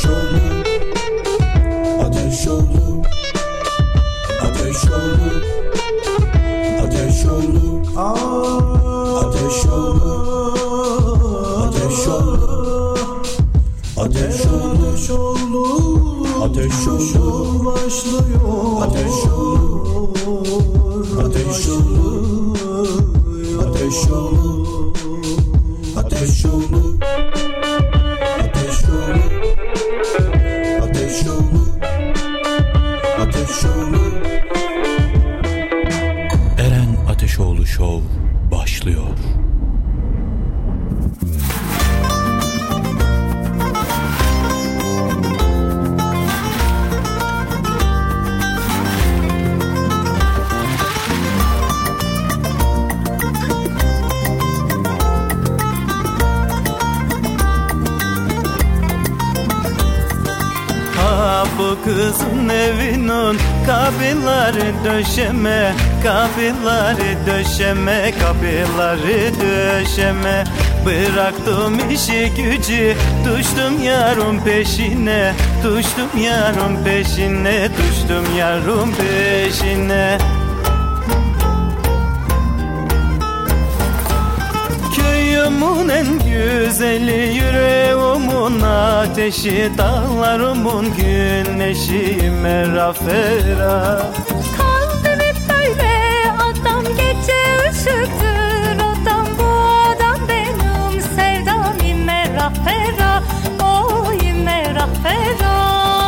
Ateşoğlu, Ateşoğlu, Ateşoğlu, Ateşoğlu, Ateşoğlu, Ateşoğlu, Ateşoğlu, Ateşoğlu başlıyor. Ateşoğlu, Ateşoğlu, Ateşoğlu, Ateşoğlu, Ateşoğlu, Ateşoğlu, Ateşoğlu. Eren Ateşoğlu Show başlıyor. Bu kızın evinin kapıları döşeme, kapıları döşeme, kapıları döşeme. Bıraktım işi gücü, düştüm yarın peşine, düştüm yarın peşine, düştüm yarın peşine. Köyümün en güzeli, yüreğimin ateşi, dağlarımın güneşi, merafera. Kaldım hep böyle, adam gece ışıktır, adam bu adam benim sevdam, merafera, oy merafera.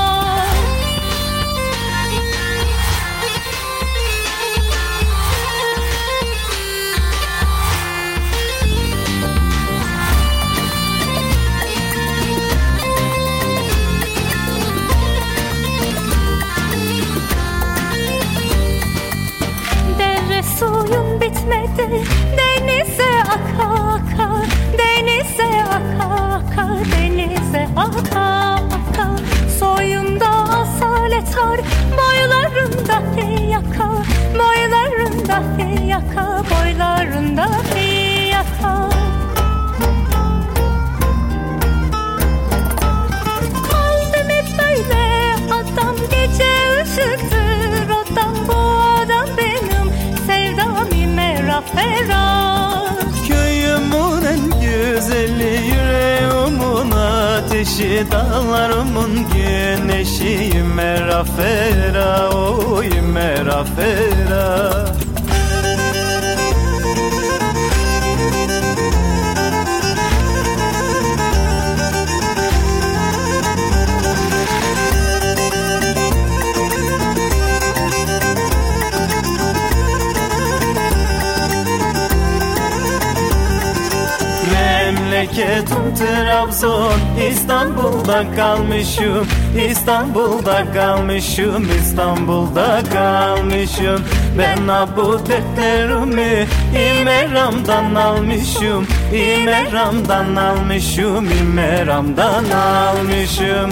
Suyun bitmedi, denize aka aka, denize aka aka, denize aka aka. Soyunda asalet var, boylarında fiyaka, boylarında fiyaka, boylarında fiyaka. Kaldım hep böyle, adam gece ışıktır, adam bu adam benim sevdam, merafera. Köyümün en güzeli, yüreğimin ateşi, dağlarımın güneşi, merafera, oy merafera. Memleketim Trabzon, İstanbul'da kalmışım, İstanbul'da kalmışım, İstanbul'da kalmışım. Ben bu dertlerimi İmeram'dan almışım, İmeram'dan almışım, İmeram'dan almışım.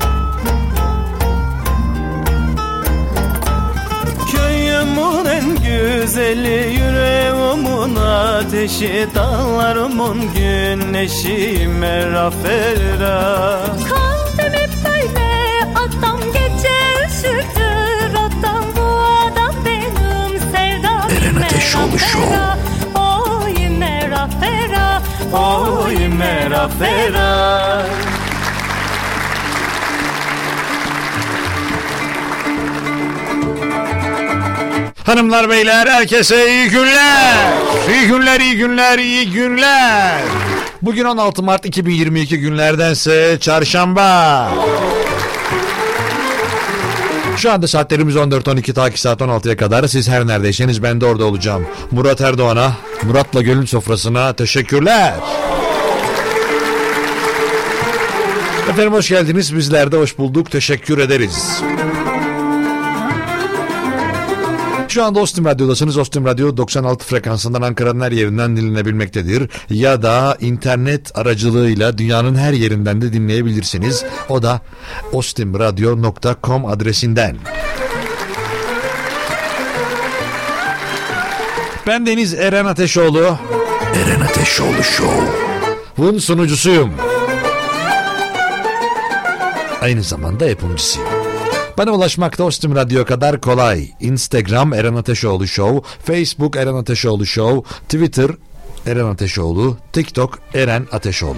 Köyümün en güzeli, yüreğimin ateşi, dağlarımın güneşi, merafera. Kaldım hep böyle, adam gece ışıktır, adam bu adam benim sevdam, Eren Ateşoğlu Show. oy merafera, Oy merafera. Hanımlar beyler herkese iyi günler. İyi günler, iyi günler, iyi günler. Bugün 16 Mart 2022 günlerdense çarşamba. Şu anda saatlerimiz 14-12, ta ki saat 16'ya kadar. Siz her neredeyseniz ben de orada olacağım. Murat Erdoğan'a, Murat'la Gönül Sofrası'na teşekkürler. Efendim hoş geldiniz. Bizler de hoş bulduk. Teşekkür ederiz. Şu anda Ostim Radyo'dasınız. Ostim Radyo 96 frekansından Ankara'nın her yerinden dinlenebilmektedir. Ya da internet aracılığıyla dünyanın her yerinden de dinleyebilirsiniz. O da ostimradyo.com adresinden. Ben Deniz Eren Ateşoğlu. Eren Ateşoğlu Show. Bunun sunucusuyum. Aynı zamanda yapımcısıyım. Bana ulaşmak da Ostim Radyo kadar kolay. Instagram Eren Ateşoğlu Show, Facebook Eren Ateşoğlu Show, Twitter Eren Ateşoğlu, TikTok Eren Ateşoğlu.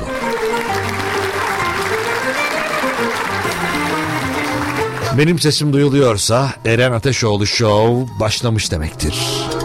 Benim sesim duyuluyorsa Eren Ateşoğlu Show başlamış demektir.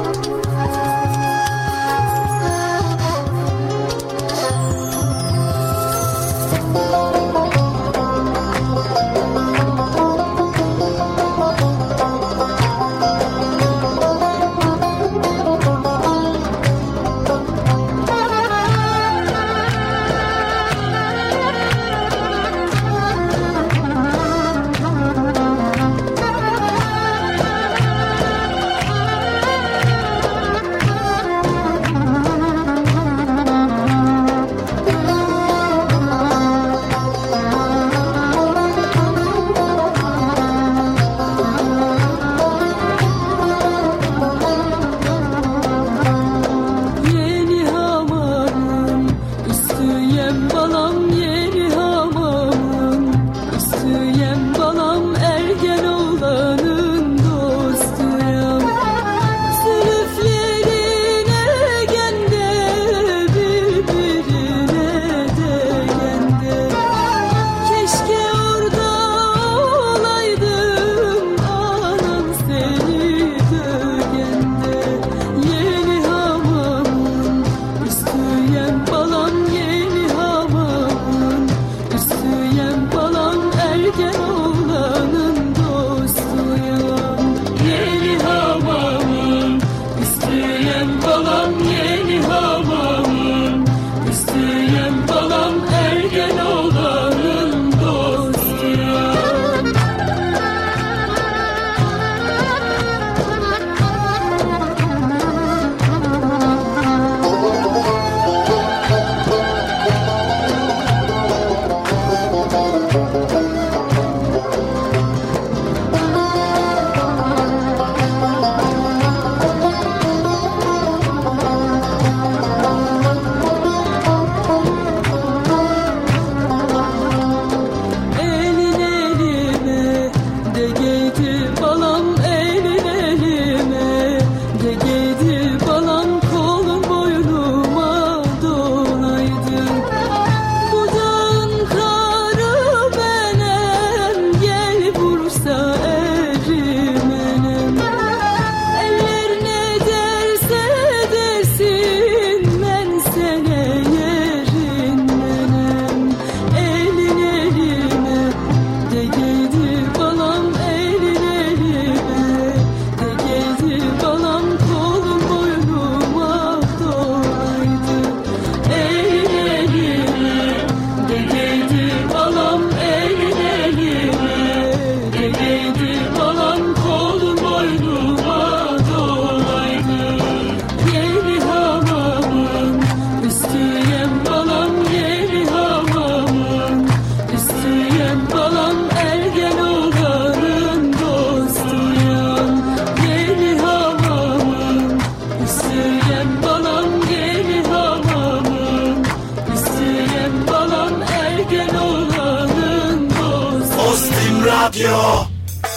Radyo.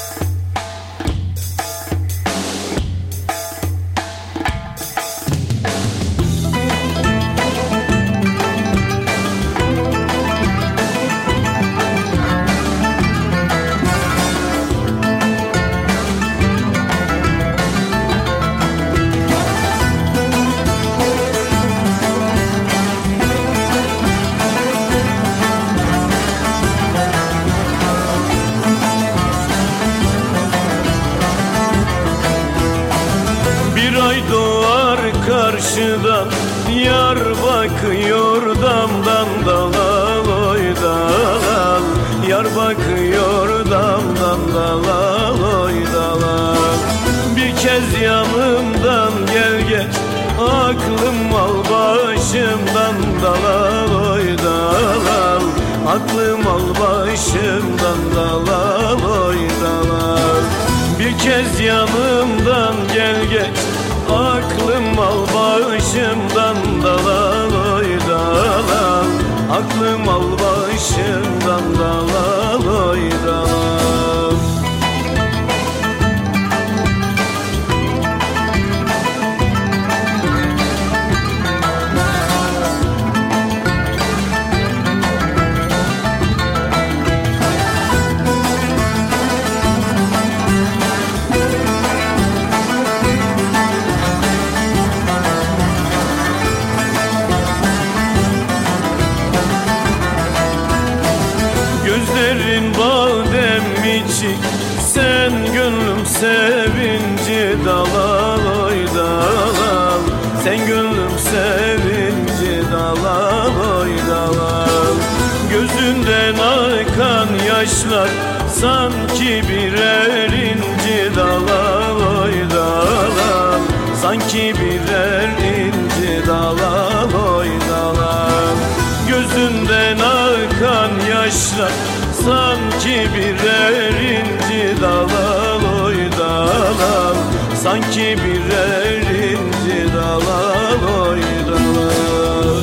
Karşıdan yar bakıyor damdan dala oy dalal. Yar bakıyor damdan dala oy dalal. Bir kez yanımdan gel geç, aklım al başımdan dalal oy dalal. Aklım al başımdan dalal oy dalal. Bir kez yanımdan gel geç, aklım al başımdan dalal oy dalal. Aklım al başımdan dalal oy şekerin badem içi, sen gönlüm sevinci dalal oy dalal, sen gönlüm sevinci dalal oy dalal. Gözünden akan yaşlar sanki birer inci dalal oy dalal, sanki birer inci dalal oy dalal. Gözünden akan yaşlar sanki birer inci dalal oy dalal, sanki birer inci dalal oy dalal.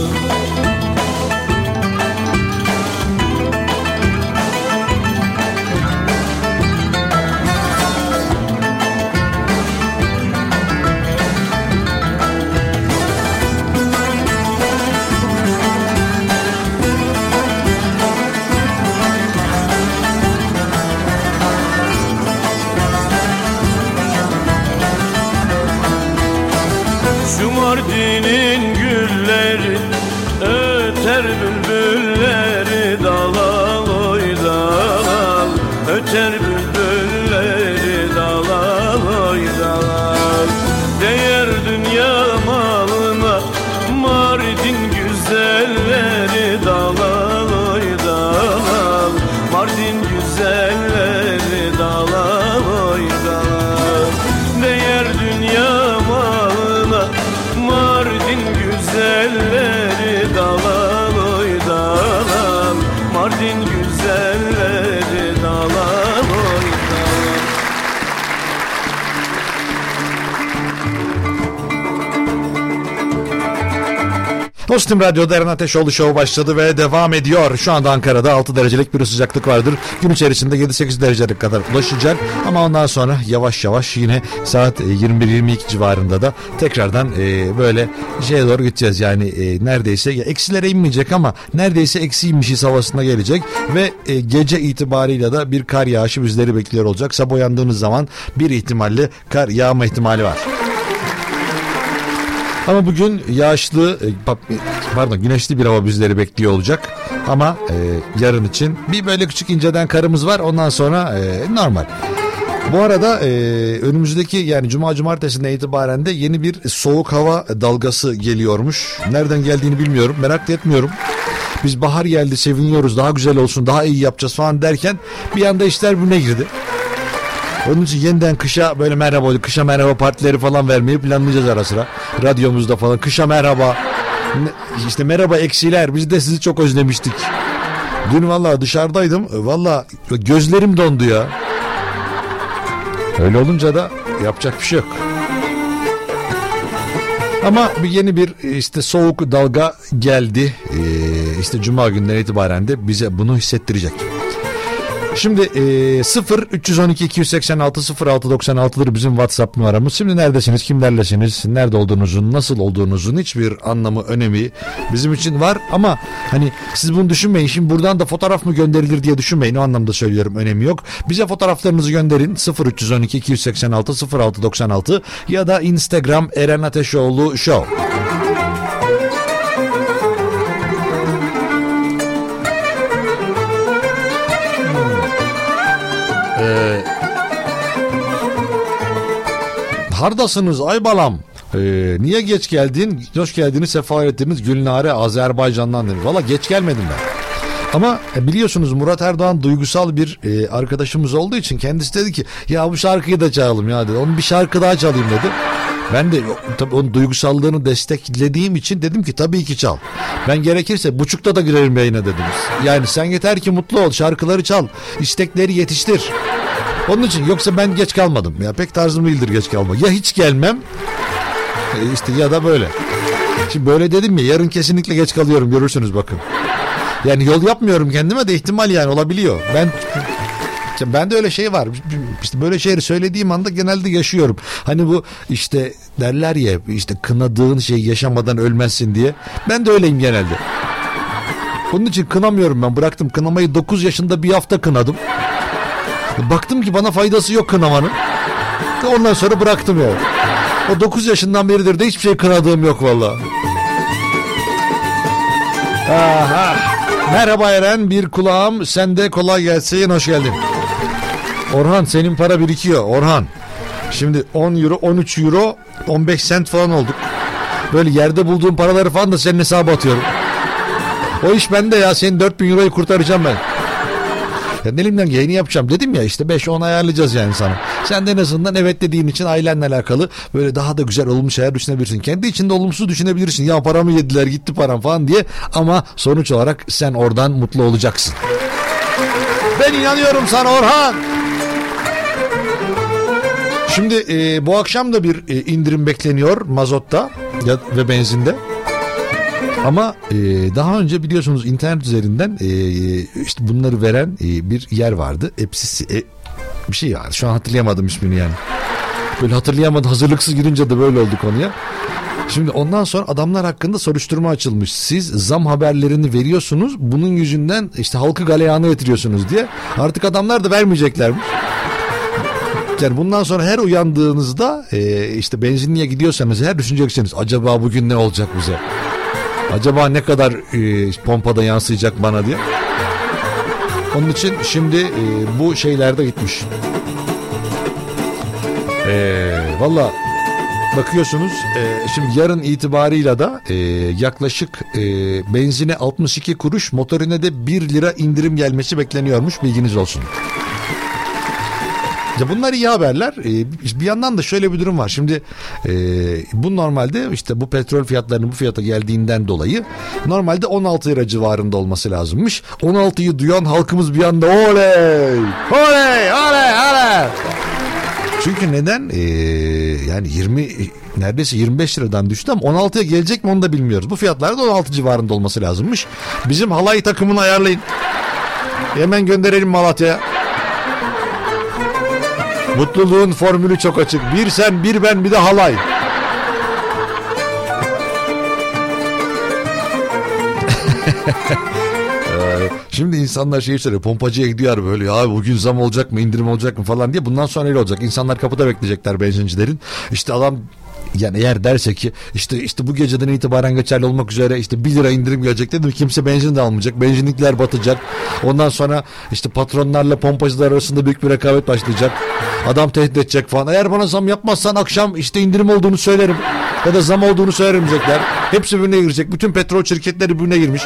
Mardin'in gülleri öter bülbülleri dalal oy dalal, öter bülbülleri dalal oy dalal. Değer dünya malına Mardin güzelleri dalal oy dalal, Mardin güzelleri dalal oy dalal. Değer dünya malına Mardin güzelleri dalal oy dalal, Mardin güzelleri dalal oy dalal. Dostum Radyo'da Eren Ateşoğlu Show başladı ve devam ediyor. Şu anda Ankara'da 6 derecelik bir sıcaklık vardır. Gün içerisinde 7-8 derecelik kadar ulaşacak. Ama ondan sonra yavaş yavaş yine saat 21-22 civarında da tekrardan böyle şeye doğru gideceğiz. Yani neredeyse eksilere inmeyecek ama neredeyse eksiymişiz havasına gelecek. Ve gece itibariyle de bir kar yağışı bizleri bekliyor olacak. Sabah uyandığınız zaman bir ihtimalle kar yağma ihtimali var. Ama bugün yağışlı, güneşli bir hava bizleri bekliyor olacak. Ama yarın için bir böyle küçük inceden karımız var. Ondan sonra normal. Bu arada önümüzdeki yani cumartesinden itibaren de yeni bir soğuk hava dalgası geliyormuş. Nereden geldiğini bilmiyorum, merak da etmiyorum. Biz bahar geldi, seviniyoruz, daha güzel olsun, daha iyi yapacağız falan derken bir anda işler birbirine girdi. Onun için yeniden kışa böyle kışa merhaba partileri falan vermeyi planlayacağız ara sıra. Radyomuzda falan kışa merhaba. İşte merhaba eksiler, biz de sizi çok özlemiştik. Dün vallahi dışarıdaydım. Vallahi gözlerim dondu ya. Öyle olunca da yapacak bir şey yok. Ama yeni bir işte soğuk dalga geldi. İşte Cuma günden itibaren de bize bunu hissettirecek. Şimdi 0-312-286-06-96'dır bizim WhatsApp numaramız. Şimdi neredesiniz, kimlerlesiniz, nerede olduğunuzun, nasıl olduğunuzun hiçbir anlamı, önemi bizim için var. Ama hani siz bunu düşünmeyin. Şimdi buradan da fotoğraf mı gönderilir diye düşünmeyin. O anlamda söylüyorum, önemi yok. Bize fotoğraflarınızı gönderin. 0-312-286-06-96 ya da Instagram Eren Ateşoğlu Show. Hardasınız ay balam. Niye geç geldin? Hoş geldiniz, sefa ettiniz. Gülnare Azerbaycan'dan demiş. Valla geç gelmedim ben. Ama biliyorsunuz Murat Erdoğan duygusal bir arkadaşımız olduğu için kendisi dedi ki ya bu şarkıyı da çalalım ya dedi. Onu bir şarkı daha çalayım dedi. Ben de tabii onun duygusallığını desteklediğim için dedim ki tabii ki çal. Ben gerekirse buçukta da girerim yayına dedim. Yani sen yeter ki mutlu ol, şarkıları çal, istekleri yetiştir. Onun için, yoksa ben geç kalmadım. Ya pek tarzım değildir geç kalmak. Ya hiç gelmem işte ya da böyle. Şimdi böyle dedim ya, yarın kesinlikle geç kalıyorum, görürsünüz bakın. Yani yol yapmıyorum kendime de, ihtimal yani olabiliyor. Ben de öyle şey var. İşte böyle şeyleri söylediğim anda genelde yaşıyorum. Hani bu işte derler ya, işte kınadığın şeyi yaşamadan ölmezsin diye. Ben de öyleyim genelde. Bunun için kınamıyorum ben. Bıraktım kınamayı, 9 yaşında bir hafta kınadım. Baktım ki bana faydası yok kınamanın. Ondan sonra bıraktım yani. O 9 yaşından beridir de hiçbir şey kınadığım yok vallahi. Aha. Merhaba Eren, bir kulağım sende, kolay gelsin, hoş geldin. Orhan, senin para birikiyor Orhan. Şimdi 10 euro, 13 euro, 15 sent falan olduk. Böyle yerde bulduğum paraları falan da senin hesaba atıyorum. O iş bende ya, senin 4000 euroyu kurtaracağım ben. Ya elimden geleni yapacağım. Dedim ya işte 5-10 ayarlayacağız yani sana. Sen de en azından evet dediğin için ailenle alakalı böyle daha da güzel olumlu şeyler düşünebilirsin. Kendi içinde olumsuz düşünebilirsin. Ya paramı yediler, gitti param falan diye. Ama sonuç olarak sen oradan mutlu olacaksın. Ben inanıyorum sana Orhan. Şimdi bu akşam da bir indirim bekleniyor mazotta ve benzinde. Ama daha önce biliyorsunuz internet üzerinden işte bunları veren bir yer vardı. Epsi bir şey yani, şu an hatırlayamadım ismini yani. Böyle hatırlayamadım, hazırlıksız girince de böyle oldu konuya. Şimdi ondan sonra adamlar hakkında soruşturma açılmış. Siz zam haberlerini veriyorsunuz, bunun yüzünden işte halkı galeyana getiriyorsunuz diye. Artık adamlar da vermeyeceklermiş. Yani bundan sonra her uyandığınızda işte benzinliğe gidiyorsanız her düşüneceksiniz. Acaba bugün ne olacak bize? Acaba ne kadar pompada yansıyacak bana diye. Onun için şimdi bu şeylerde gitmiş. Valla bakıyorsunuz şimdi yarın itibarıyla da yaklaşık benzine 62 kuruş, motorine de 1 lira indirim gelmesi bekleniyormuş, bilginiz olsun. Ya bunlar iyi haberler. Bir yandan da şöyle bir durum var. Şimdi bu normalde işte bu petrol fiyatlarının bu fiyata geldiğinden dolayı normalde 16 lira civarında olması lazımmış. 16'yı duyan halkımız bir anda oley! Oley! Oley! Oley! Çünkü neden? Yani neredeyse 25 liradan düştü ama 16'ya gelecek mi onu da bilmiyoruz. Bu fiyatlarda 16 civarında olması lazımmış. Bizim halay takımını ayarlayın. Hemen gönderelim Malatya'ya. Mutluluğun formülü çok açık. Bir sen, bir ben, bir de halay. Şimdi insanlar şey söylüyor, pompacıya gidiyor böyle, ya bugün zam olacak mı, indirim olacak mı falan diye. Bundan sonra öyle olacak. İnsanlar kapıda bekleyecekler, benzincilerin. İşte adam yani eğer derse ki işte bu geceden itibaren geçerli olmak üzere işte 1 lira indirim gelecek dedim, kimse benzin de almayacak. Benzinlikler batacak. Ondan sonra işte patronlarla pompacılar arasında büyük bir rekabet başlayacak. Adam tehdit edecek falan. Eğer bana zam yapmazsan akşam işte indirim olduğunu söylerim. Ya da zam olduğunu söylerim diyecekler. Hepsi birbirine girecek. Bütün petrol şirketleri birbirine girmiş.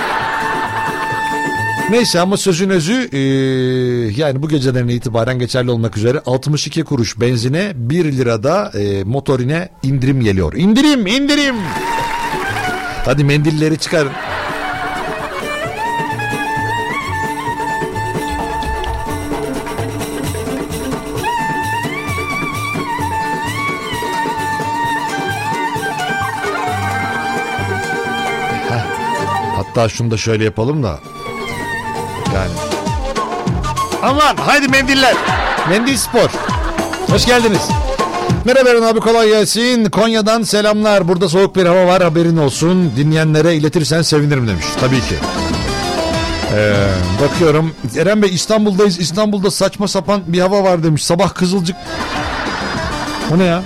Neyse ama sözün özü yani bu geceden itibaren geçerli olmak üzere 62 kuruş benzine, 1 lirada motorine indirim geliyor. İndirim, indirim. Hadi mendilleri çıkarın. Hatta şunu da şöyle yapalım da. Yani. Aman haydi mendiller. Mendil spor. Hoş geldiniz. Merhaba Eren abi, kolay gelsin. Konya'dan selamlar. Burada soğuk bir hava var, haberin olsun. Dinleyenlere iletirsen sevinirim demiş. Tabii ki. Bakıyorum. Eren Bey, İstanbul'dayız. İstanbul'da saçma sapan bir hava var demiş. Sabah kızılcık. O ne ya?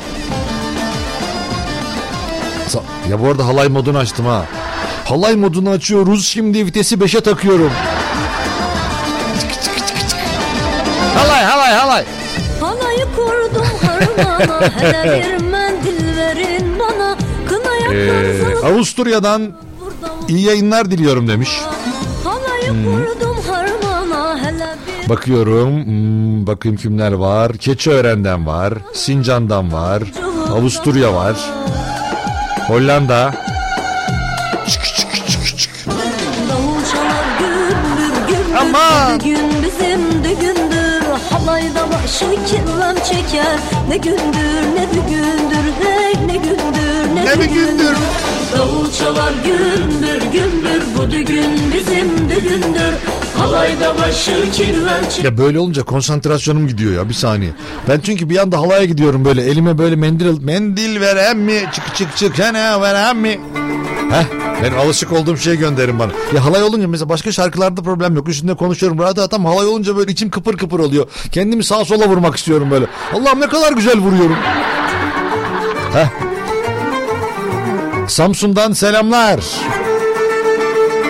Ya bu arada halay modunu açtım ha. Halay modunu açıyoruz. Şimdi vitesi 5'e takıyorum. Halay halay halay. Halayı kurdum harmana, hele bir mendil verin bana. Kına yakın Avusturya'dan iyi yayınlar diliyorum demiş. Halayı kurdum harmana, hele bir... Bakayım kimler var. Keçiören'den var. Sincan'dan var. Avusturya var. Hollanda. Aman. Bugün bizim düğündür, halayda başı kirvem çeker. Ne gündür ne düğündür, hey ne gündür ne düğündür. Davul çalar gümbür gümbür, bu düğün bizim düğündür. Halayda başı kirvem çeker. Ya böyle olunca konsantrasyonum gidiyor ya, bir saniye. Ben çünkü bir anda halaya gidiyorum böyle, elime böyle mendil veren mi? Çık ne veren mi? Heh, ben alışık olduğum şeye gönderin bana. Ya halay olunca mesela başka şarkılarda problem yok. Üstünde konuşuyorum. Rahat tam halay olunca böyle içim kıpır kıpır oluyor. Kendimi sağa sola vurmak istiyorum böyle. Allah'ım ne kadar güzel vuruyorum. Heh. Samsun'dan selamlar.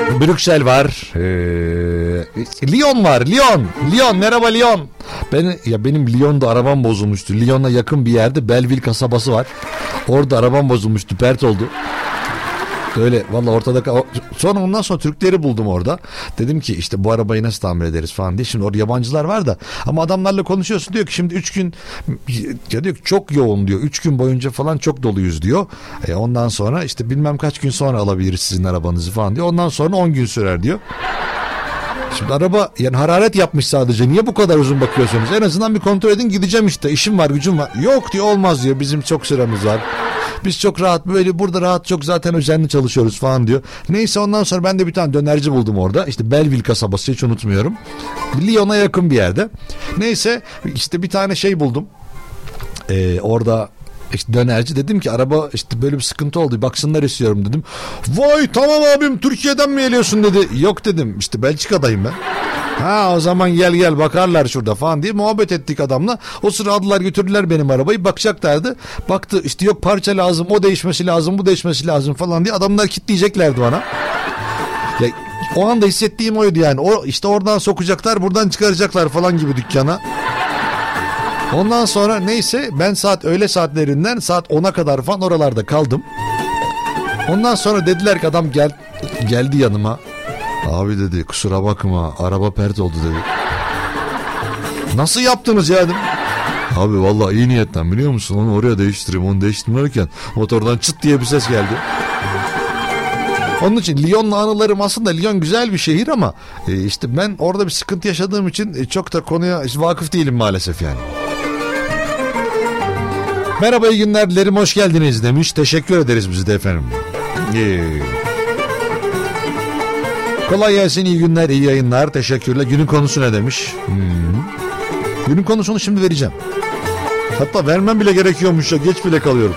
Brüksel var. Lyon var. Lyon. Merhaba Lyon. Benim Lyon'da arabam bozulmuştu. Lyon'a yakın bir yerde Belleville kasabası var. Orada arabam bozulmuştu. Pert oldu. Öyle valla ortada. Sonra ondan sonra Türkleri buldum orada. Dedim ki işte bu arabayı nasıl tamir ederiz falan diye. Şimdi orada yabancılar var da ama adamlarla konuşuyorsun, diyor ki şimdi 3 gün ya diyor ki çok yoğun diyor. 3 gün boyunca falan çok doluyuz diyor. Ondan sonra işte bilmem kaç gün sonra alabiliriz sizin arabanızı falan diyor. Ondan sonra 10 gün sürer diyor. Şimdi araba yani hararet yapmış sadece. Niye bu kadar uzun bakıyorsunuz? En azından bir kontrol edin, gideceğim işte. İşim var, gücüm var. Yok diyor, olmaz diyor. Bizim çok süremiz var. Biz çok rahat böyle burada rahat çok zaten özenli çalışıyoruz falan diyor. Neyse ondan sonra ben de bir tane dönerci buldum orada. İşte Belleville kasabası, hiç unutmuyorum. Lyon'a yakın bir yerde. Neyse işte bir tane şey buldum. Orada İşte dönerci, dedim ki araba işte böyle bir sıkıntı oldu, baksınlar istiyorum dedim. Vay tamam abim, Türkiye'den mi geliyorsun dedi. Yok dedim, işte Belçika'dayım ben. Ha o zaman gel bakarlar şurada falan diye muhabbet ettik adamla. O sıra aldılar götürdüler benim arabayı, bakacaklardı. Baktı işte yok parça lazım, o değişmesi lazım, bu değişmesi lazım falan diye adamlar kitleyeceklerdi bana. Ya, o anda hissettiğim oydu yani. O işte oradan sokacaklar, buradan çıkaracaklar falan gibi dükkana. Ondan sonra neyse ben öğle saatlerinden saat 10'a kadar falan oralarda kaldım. Ondan sonra dediler ki adam geldi yanıma. Abi dedi kusura bakma araba pert oldu dedi. Nasıl yaptınız ya dedim. Abi vallahi iyi niyetten biliyor musun, onu oraya değiştireyim, onu değiştirmerken motordan çıt diye bir ses geldi. Onun için Lyon'la anılarım, aslında Lyon güzel bir şehir ama işte ben orada bir sıkıntı yaşadığım için çok da konuya vakıf değilim maalesef yani. Merhaba, iyi günler dilerim, hoş geldiniz demiş. Teşekkür ederiz bizi de efendim. Kolay gelsin, iyi günler, iyi yayınlar, teşekkürler. Günün konusu ne demiş? Günün konusunu şimdi vereceğim. Hatta vermem bile gerekiyormuş ya, geç bile kalıyorum.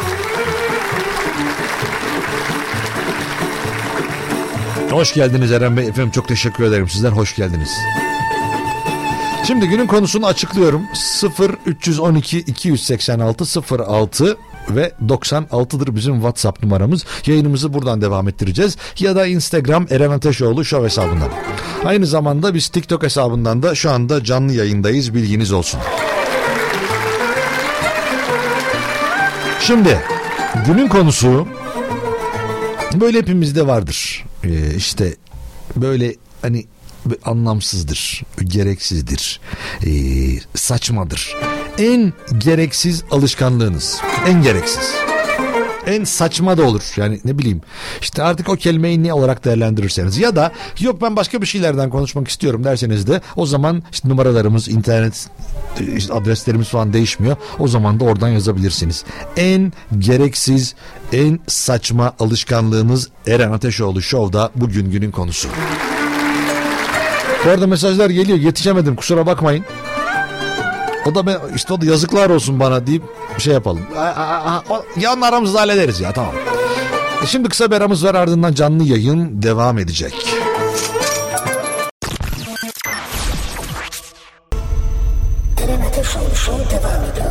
Hoş geldiniz Eren Bey. Efendim çok teşekkür ederim, sizler hoş geldiniz. Şimdi günün konusunu açıklıyorum. 0312 286 06 ve 96'dır bizim WhatsApp numaramız. Yayınımızı buradan devam ettireceğiz. Ya da Instagram Eren Ateşoğlu Show hesabından. Aynı zamanda biz TikTok hesabından da şu anda canlı yayındayız. Bilginiz olsun. Şimdi günün konusu böyle hepimizde vardır. İşte böyle hani anlamsızdır, gereksizdir, saçmadır. En gereksiz alışkanlığınız, en gereksiz, en saçma da olur. Yani ne bileyim işte artık o kelimeyi ne olarak değerlendirirseniz, ya da yok ben başka bir şeylerden konuşmak istiyorum derseniz de o zaman işte numaralarımız, internet işte adreslerimiz falan değişmiyor. O zaman da oradan yazabilirsiniz. En gereksiz, en saçma alışkanlığınız Eren Ateşoğlu Show'da bugün günün konusu. Bu arada mesajlar geliyor, yetişemedim kusura bakmayın. O da yazıklar olsun bana deyip şey yapalım. Yarın aramızda hallederiz ya, tamam. Şimdi kısa bir aramız var, ardından canlı yayın devam edecek. Eren Ateşoğlu Show devam ediyor.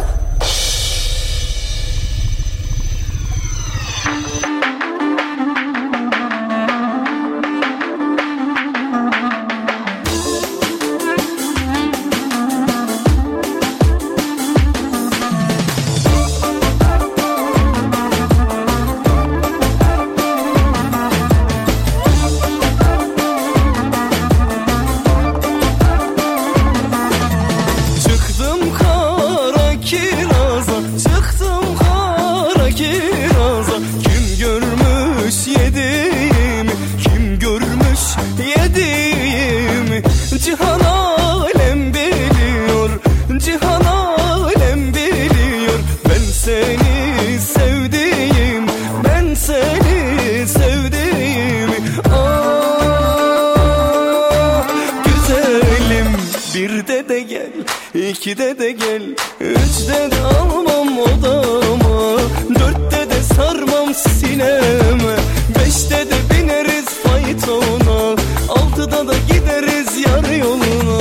İkide de gel, üçte de almam odama, dörtte de sarmam sineme, beşte de bineriz faytona, altıda da gideriz yar yoluna.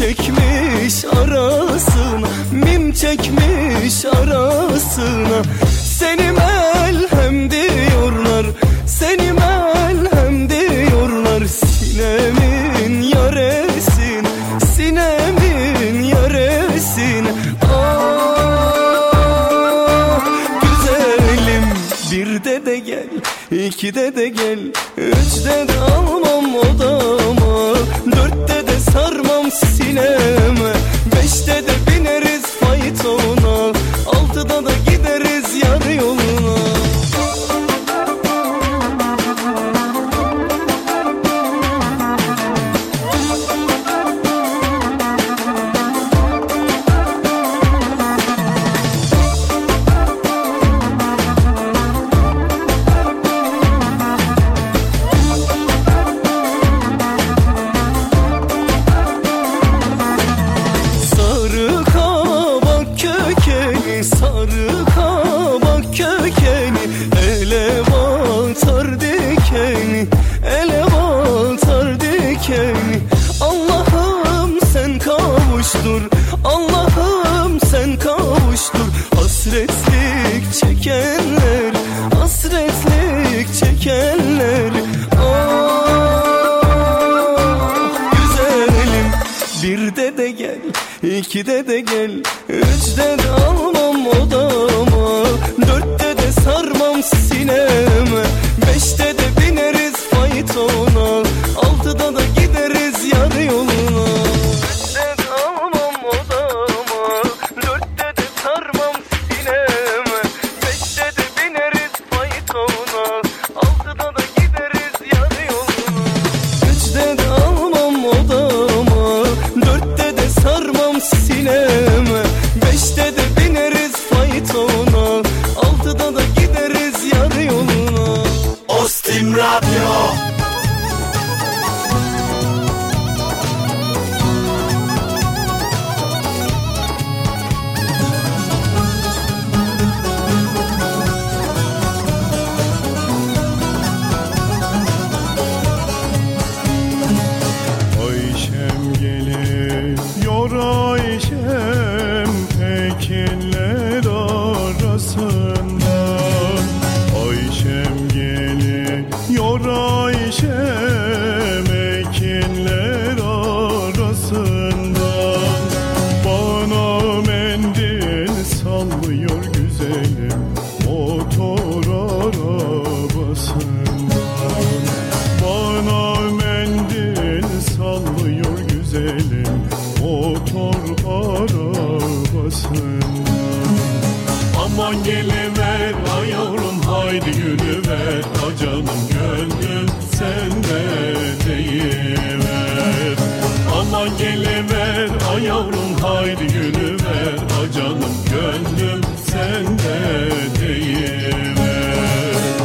çekmiş arasına, mim çekmiş arasına. Seni melhem diyorlar, seni melhem diyorlar. Sinemin yaresin, sinemin yaresin. Güzelim, birde de gel, ikide de gel, üçte de almam odama, dörtte de sarmam sineme, beşte de bineriz faytona, altıda da gideriz yar yoluna. Allah'ım sen kavuştur hasretlik çekenler, hasretlik çekenler. Güzelim, birde de gel, ikide de gel, üçte de almam odama, dörtte de sarmam sineme, beşte de bineriz faytona, altıda da gideriz yar yoluna. Ostim Radyo. Ayşem geliyor Ayşem ekinler arasından. Ayşem geliyor Ayşem ekinler arasından. Bana mendil sallıyor güzelim motor arabasından. Bana mendil sallıyor güzelim motor arabasından. Aman geliver ay yavrum haydi yürüver, a canım gönlüm sende deyiver. Aman geliver ay yavrum haydi yürüver, a canım gönlüm sende deyiver.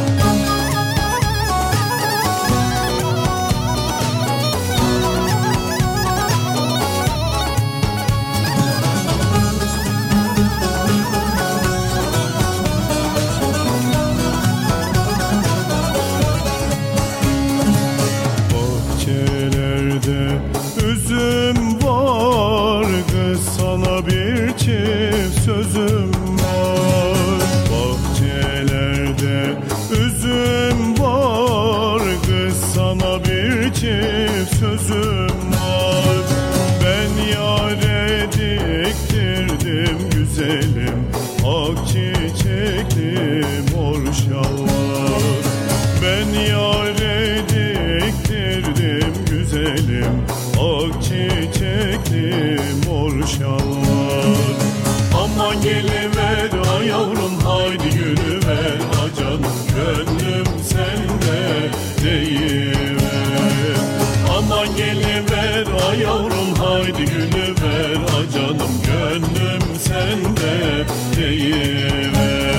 Üzüm var kız sana bir çift sözüm var. Bahçelerde üzüm var kız sana bir çift sözüm var. Ben yâre diktirdim güzelim ak çiçekli mor şalvar. Ben yâre diktirdim güzelim ak çiçekli mor şalvar. Aman geliver ay yavrum haydi yürüver, a canım gönlüm sende deyiver. Aman geliver ay yavrum haydi yürüver, a canım gönlüm sende deyiver.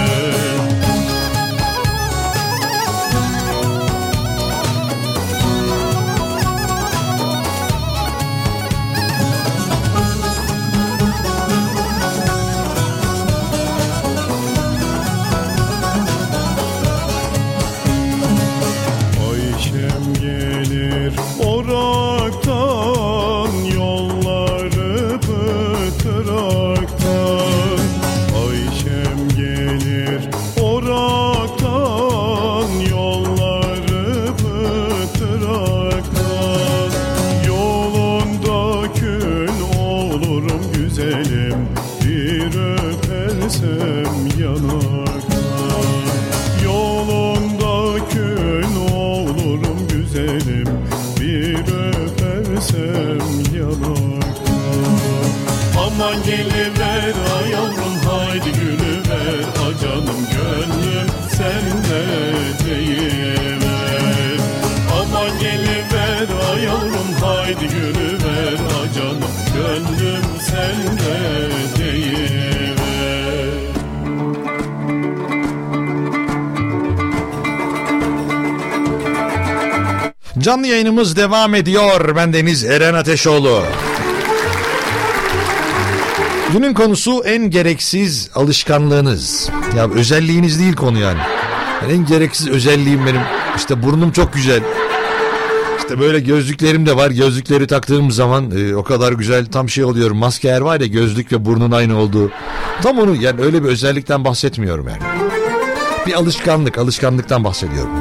Ayşem gelir Orak'tan, yolları gülsem yanakta. Aman geliver ay yavrum haydi gülüver, a canım gönlüm sende deyiver. Aman geliver ay yavrum haydi gülüver, a canım gönlüm sende deyiver. Canlı yayınımız devam ediyor. Bendeniz Eren Ateşoğlu. Günün konusu en gereksiz alışkanlığınız. Ya özelliğiniz değil konu yani. En gereksiz özelliğim benim. İşte burnum çok güzel. İşte böyle gözlüklerim de var. Gözlükleri taktığım zaman o kadar güzel tam şey oluyorum. Masker var ya, gözlük ve burnun aynı olduğu. Tam onu, yani öyle bir özellikten bahsetmiyorum yani. Bir alışkanlıktan bahsediyorum.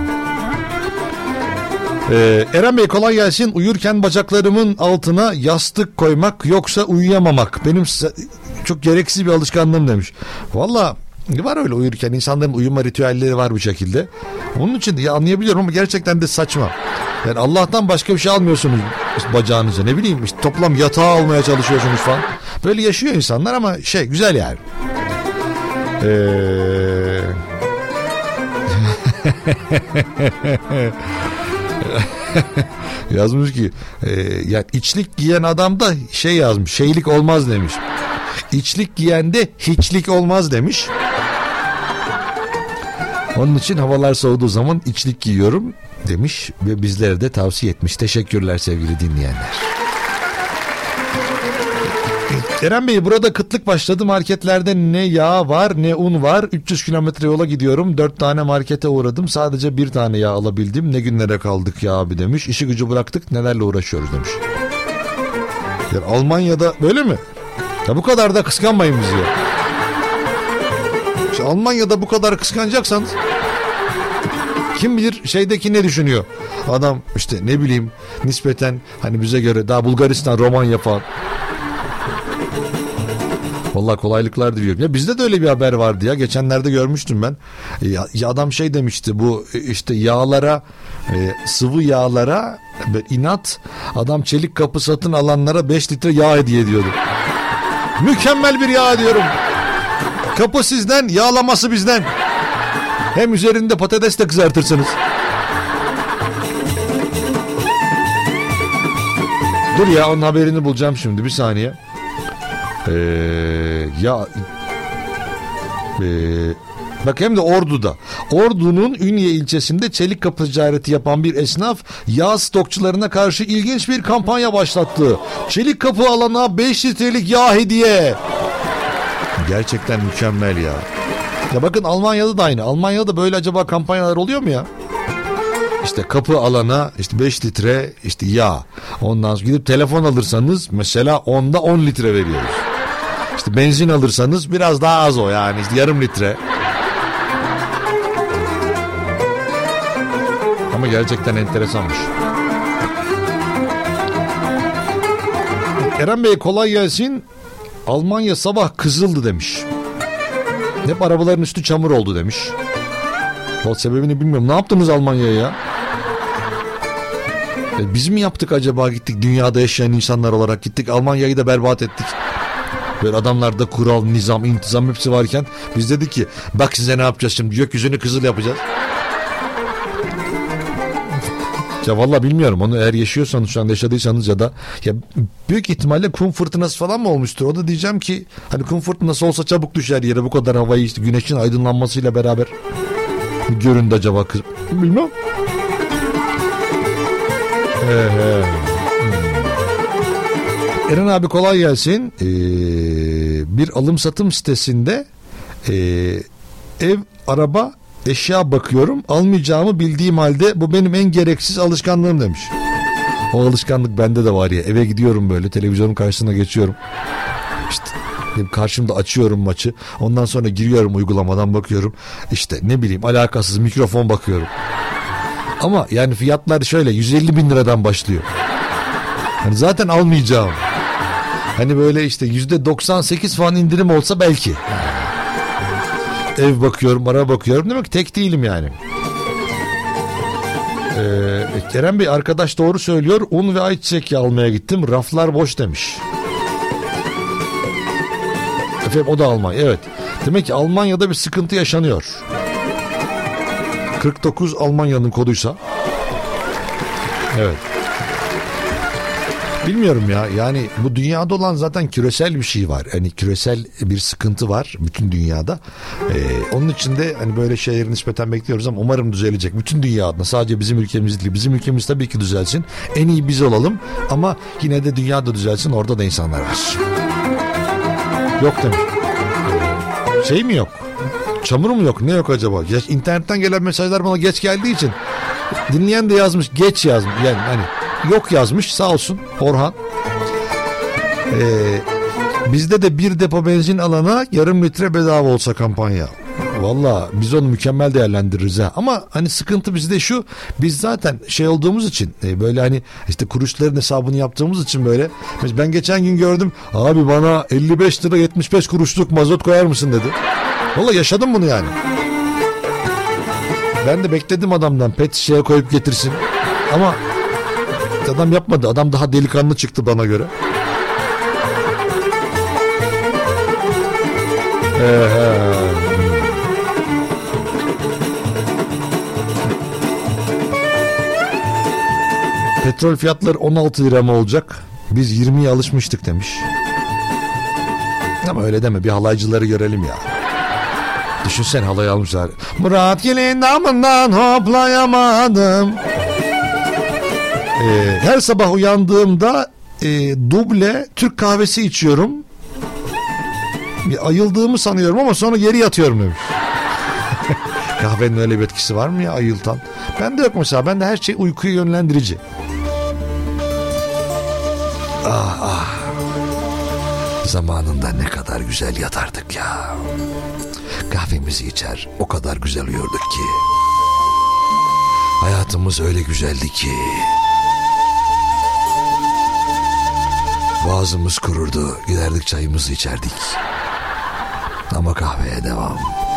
Eren Bey kolay gelsin. Uyurken bacaklarımın altına yastık koymak yoksa uyuyamamak benim çok gereksiz bir alışkanlığım demiş. Valla var öyle, uyurken insanların uyuma ritüelleri var bu şekilde. Onun için de anlayabiliyorum ama gerçekten de saçma. Yani Allah'tan başka bir şey almıyorsunuz bacağınıza, ne bileyim işte toplam yatağı almaya çalışıyorsunuz falan. Böyle yaşıyor insanlar ama güzel yani. Yazmış ki ya içlik giyen adam da yazmış, şeylik olmaz demiş. İçlik giyen de hiçlik olmaz demiş. Onun için havalar soğuduğu zaman içlik giyiyorum demiş ve bizlere de tavsiye etmiş. Teşekkürler sevgili dinleyenler. Eren Bey, burada kıtlık başladı. Marketlerde ne yağ var ne un var. 300 kilometre yola gidiyorum. 4 tane markete uğradım. Sadece 1 tane yağ alabildim. Ne günlere kaldık ya abi demiş. İşi gücü bıraktık, nelerle uğraşıyoruz demiş. Yani Almanya'da böyle mi? Ya bu kadar da kıskanmayın bizi ya. İşte Almanya'da bu kadar kıskanacaksanız kim bilir şeydeki ne düşünüyor? Adam işte ne bileyim nispeten hani bize göre daha Bulgaristan, Romanya falan. Vallahi kolaylıklar diliyorum. Ya bizde de öyle bir haber vardı ya. Geçenlerde görmüştüm ben. Ya adam demişti, bu işte yağlara, sıvı yağlara inat, adam çelik kapı satın alanlara 5 litre yağ hediye ediyordu. Mükemmel bir yağ diyorum. Kapı sizden, yağlaması bizden. Hem üzerinde patates de kızartırsınız. Dur ya, onun haberini bulacağım şimdi, bir saniye. Bak hem de Ordu'da. Ordu'nun Ünye ilçesinde çelik kapı ticareti yapan bir esnaf yağ stokçularına karşı ilginç bir kampanya başlattı. Çelik kapı alana 5 litrelik yağ hediye. Gerçekten mükemmel ya. Ya bakın Almanya'da da aynı. Almanya'da böyle acaba kampanyalar oluyor mu ya? İşte kapı alana işte 5 litre işte yağ. Ondan sonra gidip telefon alırsanız mesela onda 10 litre veriyoruz. İşte benzin alırsanız biraz daha az o, yani işte yarım litre. Ama gerçekten enteresanmış. Eren Bey kolay gelsin. Almanya sabah kızıldı demiş. Hep arabaların üstü çamur oldu demiş. O sebebini bilmiyorum. Ne yaptınız Almanya'ya ya? Biz mi yaptık acaba, gittik dünyada yaşayan insanlar olarak gittik Almanya'yı da berbat ettik. Böyle adamlarda kural, nizam, intizam hepsi varken biz dedik ki bak size ne yapacağız şimdi, gökyüzünü kızıl yapacağız. Ya vallahi bilmiyorum, onu eğer yaşıyorsanız, şu an yaşadıysanız ya da ya büyük ihtimalle kum fırtınası falan mı olmuştur? O da diyeceğim ki hani kum fırtınası olsa çabuk düşer yere, bu kadar havayı işte güneşin aydınlanmasıyla beraber göründü acaba kız, bilmem. Eren abi kolay gelsin. Bir alım satım sitesinde ev, araba, eşya bakıyorum. Almayacağımı bildiğim halde bu benim en gereksiz alışkanlığım demiş. O alışkanlık bende de var ya. Eve gidiyorum böyle, televizyonun karşısına geçiyorum. İşte karşımda açıyorum maçı. Ondan sonra giriyorum, uygulamadan bakıyorum. İşte ne bileyim alakasız mikrofon bakıyorum. Ama yani fiyatlar şöyle 150 bin liradan başlıyor. Hani zaten almayacağım. Hani böyle işte %98 falan indirim olsa belki. Ev bakıyorum, araba bakıyorum. Demek ki tek değilim yani. Kerem Bey, arkadaş doğru söylüyor. Un ve ayçiçek yağı almaya gittim. Raflar boş demiş. Efendim, o da Almanya. Evet. Demek ki Almanya'da bir sıkıntı yaşanıyor. 49 Almanya'nın koduysa. Evet. Bilmiyorum ya. Yani bu dünyada olan zaten küresel bir şey var. Hani küresel bir sıkıntı var bütün dünyada. Onun için de hani böyle şeyleri nispeten bekliyoruz ama umarım düzelecek. Bütün dünya adına, sadece bizim ülkemiz değil. Bizim ülkemiz tabii ki düzelsin. En iyi biz olalım ama yine de dünyada düzelsin. Orada da insanlar var. Yok demiş. Şey mi yok? Çamur mu yok? Ne yok acaba? Ya, internetten gelen mesajlar bana geç geldiği için dinleyen de yazmış, geç yazmış. Yani hani yok yazmış, sağ olsun Orhan. Bizde de bir depo benzin alana yarım litre bedava olsa kampanya. Valla biz onu mükemmel değerlendiririz ha. Ama hani sıkıntı bizde şu, biz zaten şey olduğumuz için böyle hani işte kuruşların hesabını yaptığımız için böyle. Mesela ben geçen gün gördüm, abi bana 55 lira 75 kuruşluk mazot koyar mısın dedi. Valla yaşadım bunu yani. Ben de bekledim adamdan pet şişeye koyup getirsin. Ama adam yapmadı. Adam daha delikanlı çıktı bana göre. Petrol fiyatları 16 lira mı olacak? Biz 20'ye alışmıştık demiş. Ama öyle deme, bir halaycıları görelim ya. Düşünsen, halay almışlar. Murat gelin damından hoplayamadım. Her sabah uyandığımda duble Türk kahvesi içiyorum. Ayıldığımı sanıyorum ama sonra geri yatıyorum demiş. Kahvenin öyle bir etkisi var mı ya, ayıltan? Bende yok mesela. Bende her şey uykuya yönlendirici. Zamanında ne kadar güzel yatardık ya. Kahvemizi içer, o kadar güzel uyurduk ki. Hayatımız öyle güzeldi ki. Boğazımız kururdu, giderdik çayımızı içerdik. Ama kahveye devam.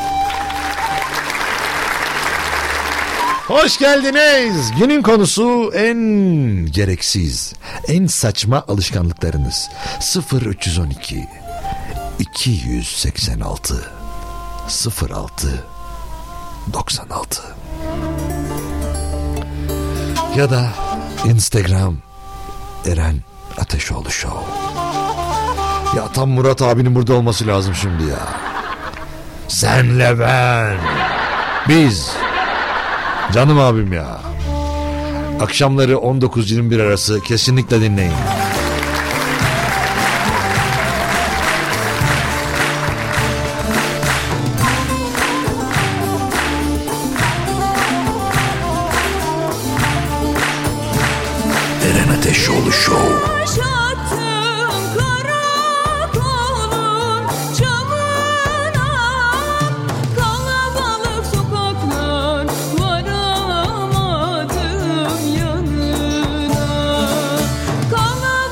Hoş geldiniz. Günün konusu en gereksiz, en saçma alışkanlıklarınız. 0312 286 06 96 ya da Instagram Eren Ateşoğlu Show. Ya tam Murat abinin burada olması lazım şimdi ya. Senle ben, biz, canım abim ya. Akşamları 19-21 arası kesinlikle dinleyin. Eren Ateşoğlu Show. Varamadım yanına.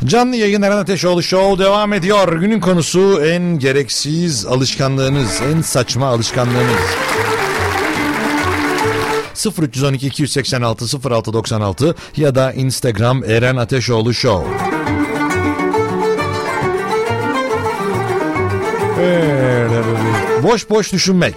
Canlı yayın Eren Ateşoğlu Show devam ediyor. Günün konusu en gereksiz alışkanlığınız, en saçma alışkanlığınız. 0312 286 0696 ya da Instagram Eren Ateşoğlu Show. Boş boş düşünmek.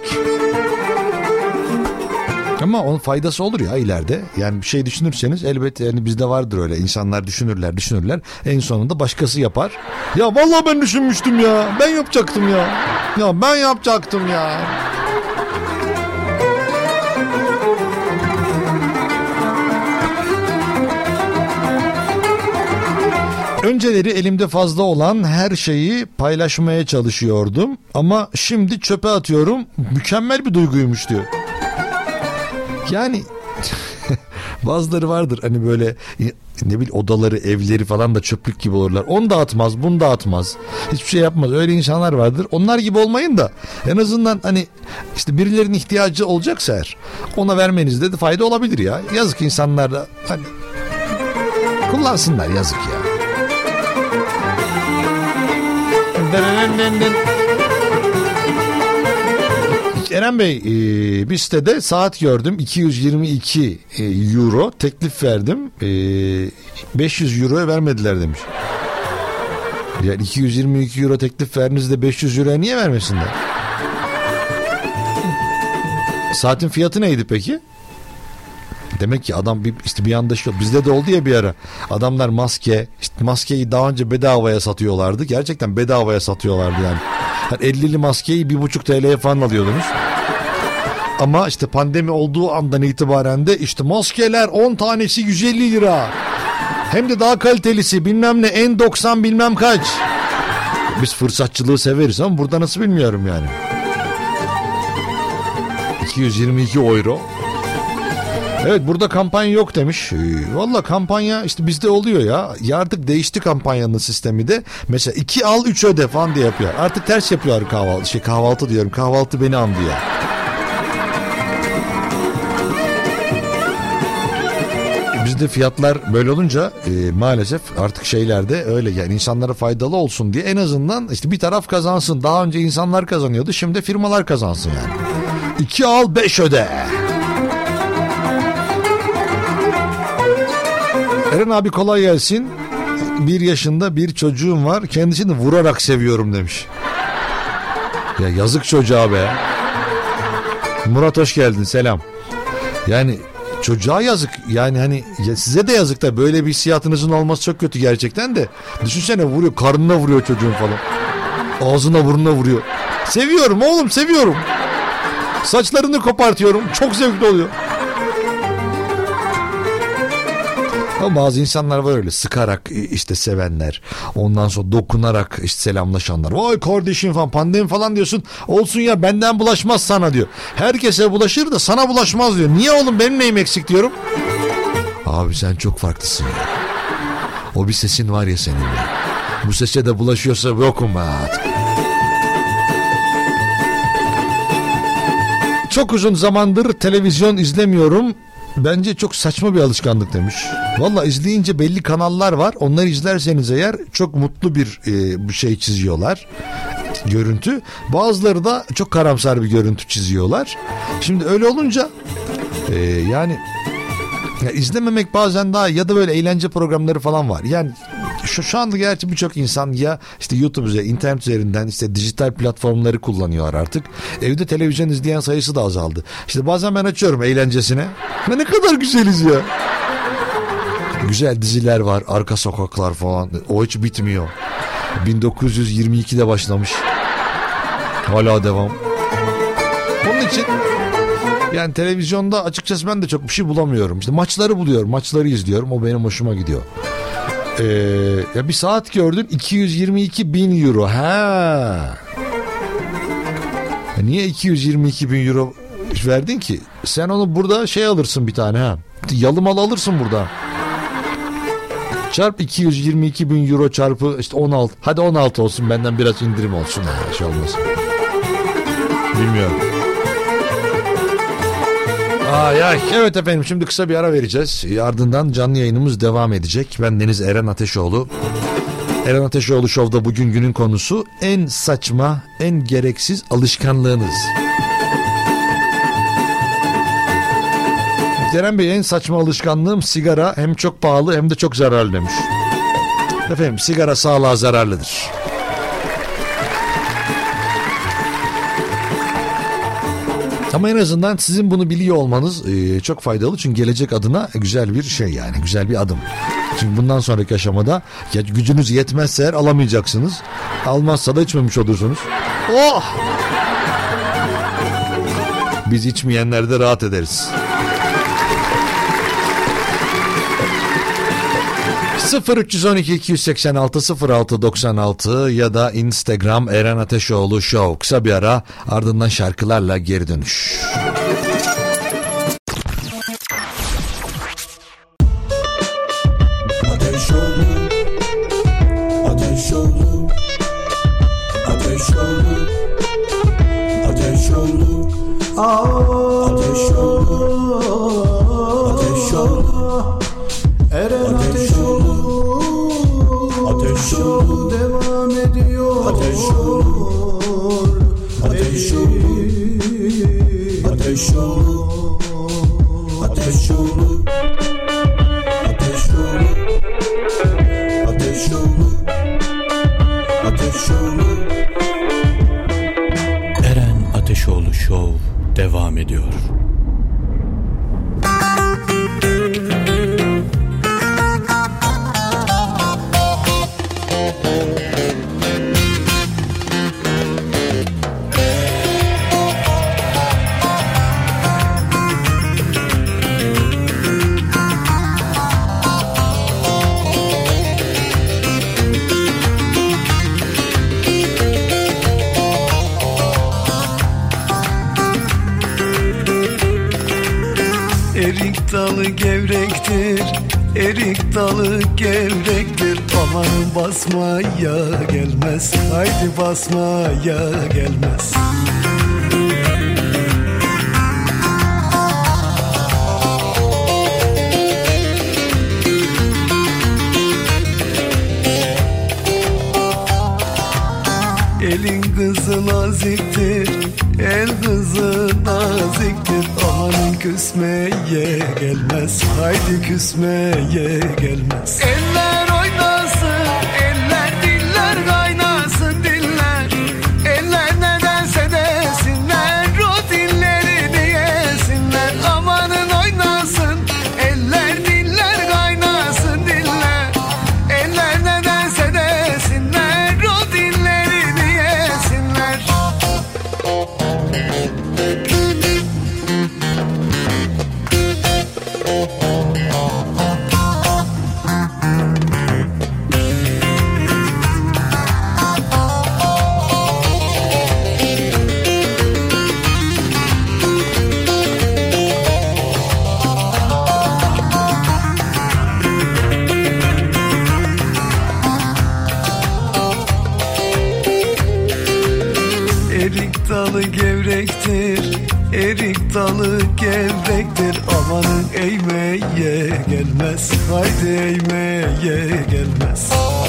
Ama onun faydası olur ya ileride. Yani bir şey düşünürseniz elbette, yani bizde vardır öyle. İnsanlar düşünürler. En sonunda başkası yapar. Ya vallahi ben düşünmüştüm ya. Ben yapacaktım ya. Ya ben yapacaktım ya. Önceleri elimde fazla olan her şeyi paylaşmaya çalışıyordum. Ama şimdi çöpe atıyorum. Mükemmel bir duyguymuş diyor. Yani bazıları vardır hani böyle ne bileyim odaları, evleri falan da çöplük gibi olurlar. Onu da atmaz, bunu da atmaz. Hiçbir şey yapmaz. Öyle insanlar vardır. Onlar gibi olmayın da en azından hani işte birilerinin ihtiyacı olacaksa eğer ona vermenizde de fayda olabilir ya. Yazık insanlar da hani kullansınlar, yazık ya. Eren Bey, bir sitede saat gördüm, 222 euro teklif verdim, 500 euroya vermediler demiş. Yani 222 euro teklif verdiğinizde 500 euroya niye vermesinler? Saatin fiyatı neydi peki? Demek ki adam bir anda şey, bizde de oldu ya bir ara. Adamlar maskeyi daha önce bedavaya satıyorlardı. Gerçekten bedavaya satıyorlardı yani. 50'li maskeyi 1,5 TL'ye falan alıyordunuz. Ama işte pandemi olduğu andan itibaren de işte maskeler 10 tanesi 150 lira. Hem de daha kalitelisi bilmem ne N90 bilmem kaç. Biz fırsatçılığı severiz ama burada nasıl bilmiyorum yani. 222 euro. Evet, burada kampanya yok demiş. Valla kampanya işte bizde oluyor ya. Ya artık değişti kampanyanın sistemi de. Mesela 2 al 3 öde falan diye yapıyor. Artık ters yapıyor kahvaltı diyorum. Kahvaltı beni andı ya. Bizde fiyatlar böyle olunca maalesef artık şeylerde öyle, yani insanlara faydalı olsun diye en azından işte bir taraf kazansın. Daha önce insanlar kazanıyordu, şimdi firmalar kazansın yani. 2 al 5 öde. Eren abi kolay gelsin. 1 yaşında bir çocuğum var. Kendisini vurarak seviyorum demiş. Ya yazık çocuğa be. Murat hoş geldin, selam. Yani çocuğa yazık. Yani hani ya size de yazık da, böyle bir hissiyatınızın olması çok kötü gerçekten de. Düşünsene, vuruyor, karnına vuruyor çocuğun falan. Ağzına burnuna vuruyor. Seviyorum oğlum, seviyorum. Saçlarını kopartıyorum. Çok zevkli oluyor. Ama bazı insanlar var öyle sıkarak işte sevenler, ondan sonra dokunarak işte selamlaşanlar. Vay kardeşim falan, pandemi falan diyorsun, olsun ya benden bulaşmaz sana diyor. Herkese bulaşır da sana bulaşmaz diyor. Niye oğlum, benim neyim eksik diyorum. Abi sen çok farklısın ya. O bir sesin var ya senin ya. Bu sese de bulaşıyorsa yokum ben. Çok uzun zamandır televizyon izlemiyorum. Bence çok saçma bir alışkanlık demiş. Valla izleyince belli kanallar var. Onları izlerseniz eğer çok mutlu bir şey çiziyorlar. Görüntü. Bazıları da çok karamsar bir görüntü çiziyorlar. Şimdi öyle olunca yani ya izlememek bazen daha, ya da böyle eğlence programları falan var. Yani şu anda gerçi birçok insan ya işte YouTube üzerinden, internet üzerinden işte dijital platformları kullanıyor artık. Evde televizyon izleyen sayısı da azaldı. İşte bazen ben açıyorum eğlencesine. Ne kadar güzeliz ya. Güzel diziler var, Arka Sokaklar falan. O hiç bitmiyor. 1922'de başlamış. Hala devam. Onun için yani televizyonda açıkçası ben de çok bir şey bulamıyorum. İşte maçları buluyorum, maçları izliyorum. O benim hoşuma gidiyor. Ya bir saat gördüm 222.000 euro. Niye 222.000 euro verdin ki? Sen onu burada şey alırsın bir tane ha. Yalımalı alırsın burada. Çarp 222.000 euro çarpı işte 16. Hadi 16 olsun, benden biraz indirim olsun. Şey olmasın. Bilmiyorum. Evet efendim, şimdi kısa bir ara vereceğiz. Ardından canlı yayınımız devam edecek. Ben Deniz Eren Ateşoğlu. Eren Ateşoğlu Show'da bugün günün konusu en saçma, en gereksiz alışkanlığınız. Eren Bey, en saçma alışkanlığım sigara, hem çok pahalı hem de çok zararlı demiş. Efendim, sigara sağlığa zararlıdır. Ama en azından sizin bunu biliyor olmanız çok faydalı. Çünkü gelecek adına güzel bir şey, yani güzel bir adım. Çünkü bundan sonraki aşamada ya gücünüz yetmezse eğer alamayacaksınız. Almazsa da içmemiş olursunuz. Oh! Biz içmeyenler de rahat ederiz. 0312 286 06 96 ya da Instagram Eren Ateşoğlu Show. Kısa bir ara, ardından şarkılarla geri dönüş. Ateşoğlu, Ateşoğlu, Ateşoğlu, Ateşoğlu, Ateşoğlu, Ateşoğlu, Eren Ateşoğlu, Ateşoğlu devam ediyor. Ateşoğlu, Ateşoğlu, Ateşoğlu, Ateşoğlu, Ateşoğlu, Ateşoğlu, Ateşoğlu. Eren Ateşoğlu Show devam ediyor. Erik dalı gevrektir, erik dalı gevrektir. Amanın basmaya gelmez, haydi basmaya gelmez. Elin kızı naziktir, el kızı naziktir. Amanın küsmeye gelmez, haydi küsmeye gelmez. Eller oynasın, eller diller kaynasın diller. Eller nedense desinler, o dillerini yesinler. Amanın oynasın, eller diller kaynasın diller. Eller nedense desinler, o dillerini yesinler. Erik dalı gevrektir, erik dalı gevrektir. Amanın eğmeye gelmez, haydi eğmeye gelmez.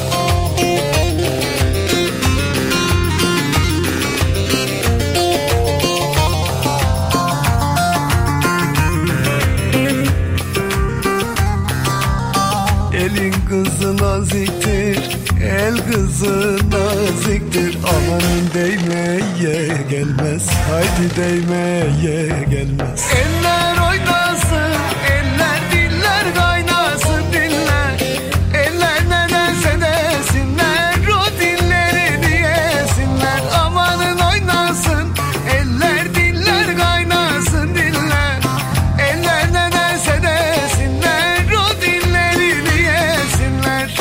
Elin kızı naziktir, el kızı naziktir. Amanın değmeye gelmez, haydi değmeye gelmez. Eller oynasın, eller diller kaynasın diller. Eller nedense desinler, o dillerini yesinler. Amanın oynasın, eller diller kaynasın diller. Eller nedense desinler, o dillerini yesinler.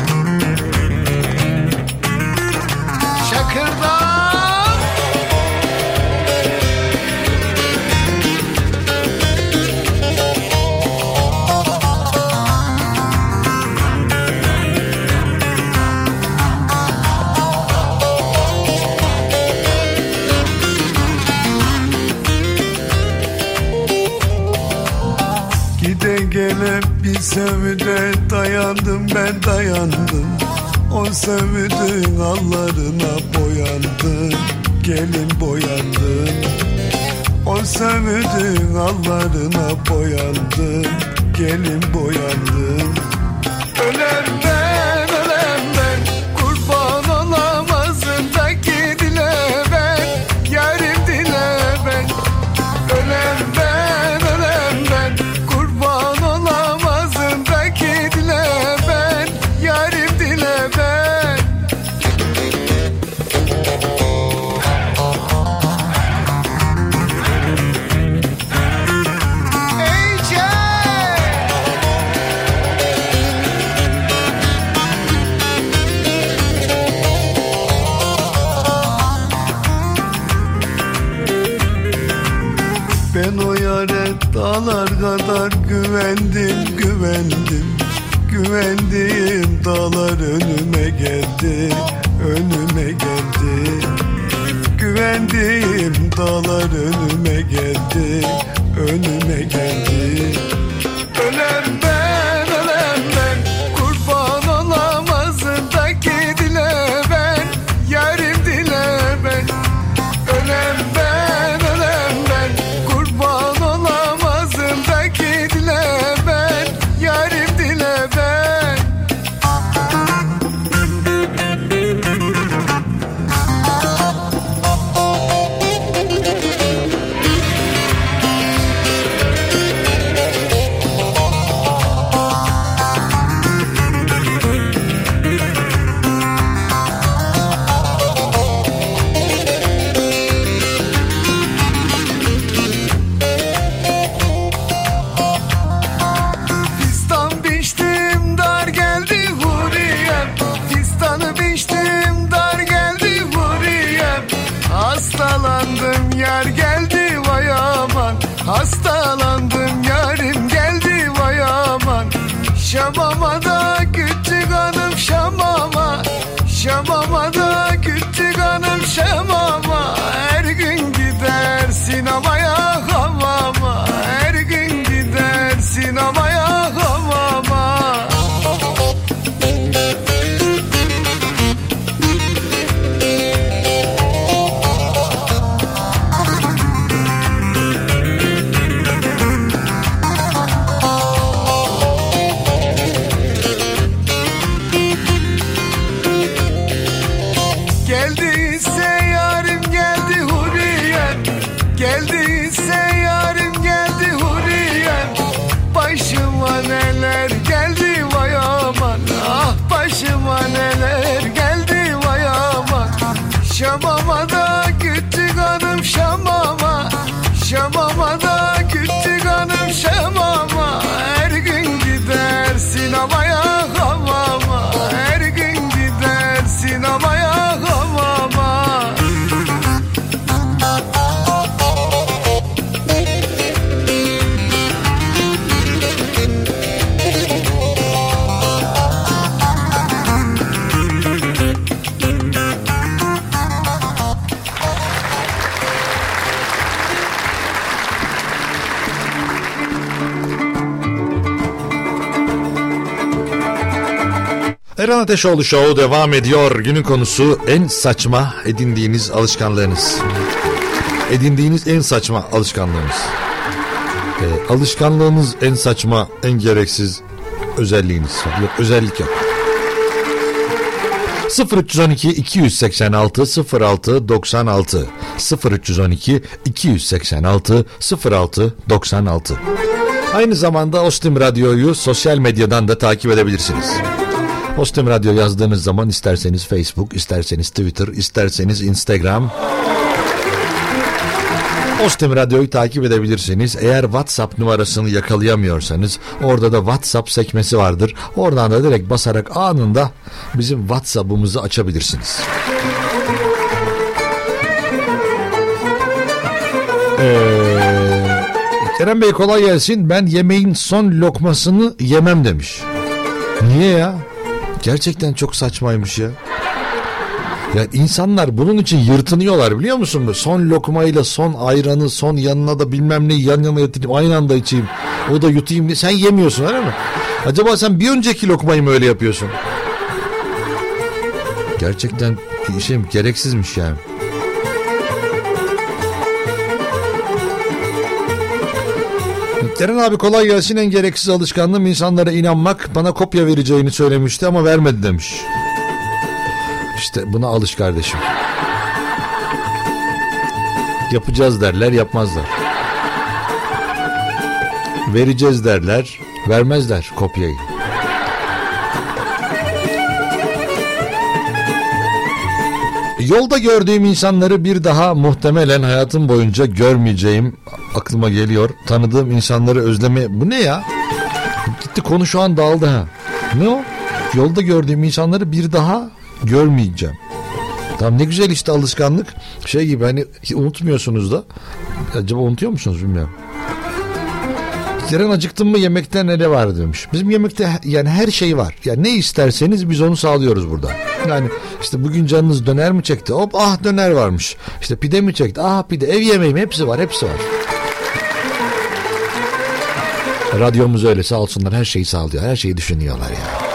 Şakırdan hele bir sevde dayandım ben dayandım. O sevdin allarına boyandım, gelin boyandım. O sevdin allarına boyandım, gelin boyandım. Ölen ben, kurban olamazım da ki dile ben, yarim dile ben. Ölen ben, kurban olamazım da ki dile ben, yarim dile ben. Ben o yare dağlar kadar güvendim, güvendim. Güvendiğim dağlar önüme geldi, önüme geldi. Güvendiğim dağlar önüme geldi, önüme geldi. Ölen ben, kurban olamazım da ki dile ben, yarim dile ben. Ölen ben, kurban olamazım da ki dile ben, yarim dile ben. Fistan biçtim dar geldi huriyem, fistanı biçtim dar geldi huriyem. Hastalandım yar geldi vay aman, hastalandım yarim geldi vay aman. Şamama da küçük hanım şamama, şamama da küçük hanım şamama. Her gün gider sinemaya hamama, her gün gider sinemaya hamama. Geldiyse yarim geldi huriyem, geldiyse yarim geldi huriyem. Başıma neler geldi vay aman, ah başıma neler geldi vay aman. Şamama da küçük hanım şamama, şamama da küçük hanım şamama. Her gün gider sinemaya hamama, her gün gider sinemaya hamama. Eren Ateşoğlu Show devam ediyor. Günün konusu en saçma edindiğiniz alışkanlığınız. Edindiğiniz en saçma alışkanlığınız. Alışkanlığınız en saçma, en gereksiz özelliğiniz. Yok, özellik yok. 0312 286 06 96 0312 286 06 96. Aynı zamanda Ostim Radyo'yu sosyal medyadan da takip edebilirsiniz. Ostim Radyo yazdığınız zaman isterseniz Facebook, isterseniz Twitter, isterseniz Instagram. Ostim Radyo'yu takip edebilirsiniz. Eğer WhatsApp numarasını yakalayamıyorsanız orada da WhatsApp sekmesi vardır. Oradan da direkt basarak anında bizim WhatsApp'ımızı açabilirsiniz. Kerem Bey kolay gelsin. Ben yemeğin son lokmasını yemem demiş. Niye ya? Gerçekten çok saçmaymış ya. Ya insanlar bunun için yırtınıyorlar biliyor musun? Son lokmayla son ayranı, son yanına da bilmem neyi yan yana yatırayım, aynı anda içeyim. O da yutayım diye. Sen yemiyorsun öyle mi? Acaba sen bir önceki lokmayı mı öyle yapıyorsun? Gerçekten gereksizmiş yani. Deren abi kolay gelsin. En gereksiz alışkanlığım insanlara inanmak. Bana kopya vereceğini söylemişti ama vermedi demiş. İşte buna alış kardeşim. Yapacağız derler, yapmazlar. Vereceğiz derler, vermezler kopyayı. Yolda gördüğüm insanları bir daha muhtemelen hayatım boyunca görmeyeceğim aklıma geliyor. Tanıdığım insanları özleme... Bu ne ya? Gitti konu şu an dağıldı ha. Ne o? Yolda gördüğüm insanları bir daha görmeyeceğim. Tamam, ne güzel işte alışkanlık. Şey gibi hani unutmuyorsunuz da. Acaba unutuyor musunuz bilmiyorum. Ceren acıktın mı yemekte ne var demiş. Bizim yemekte yani her şey var. Yani ne isterseniz biz onu sağlıyoruz burada. Yani işte bugün canınız döner mi çekti? Hop döner varmış. İşte pide mi çekti? Pide, ev yemeği mi? Hepsi var. Radyomuz öyle, sağ olsunlar, her şeyi sağlıyor. Her şeyi düşünüyorlar ya.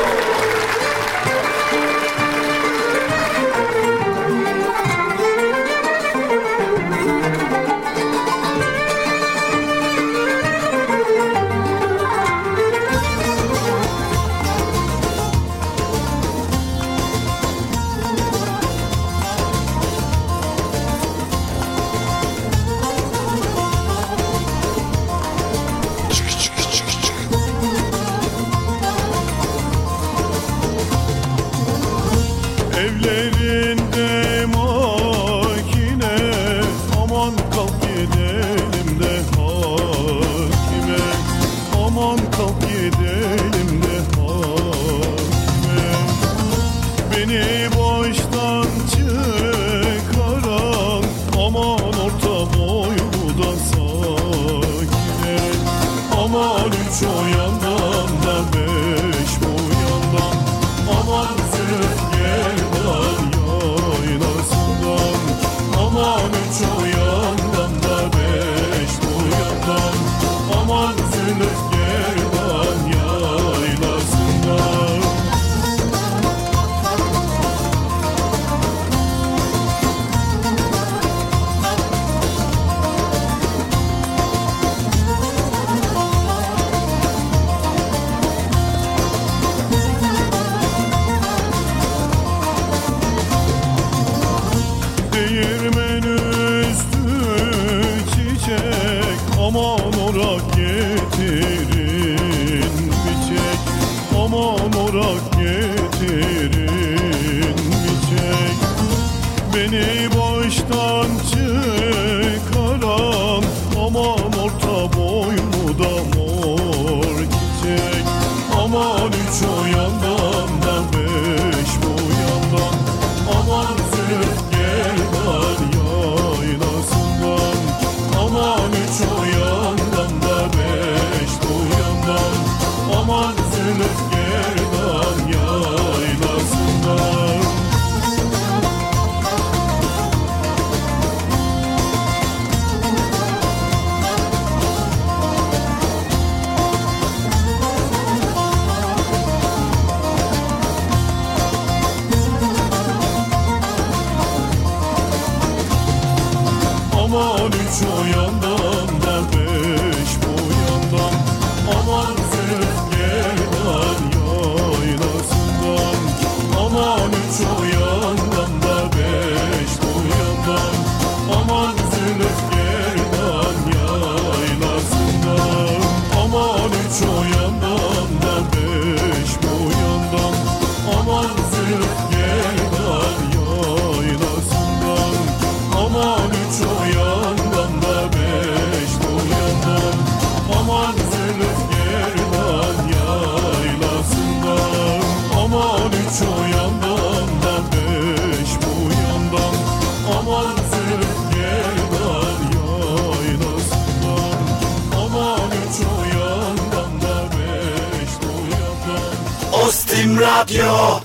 Ostim Radyo.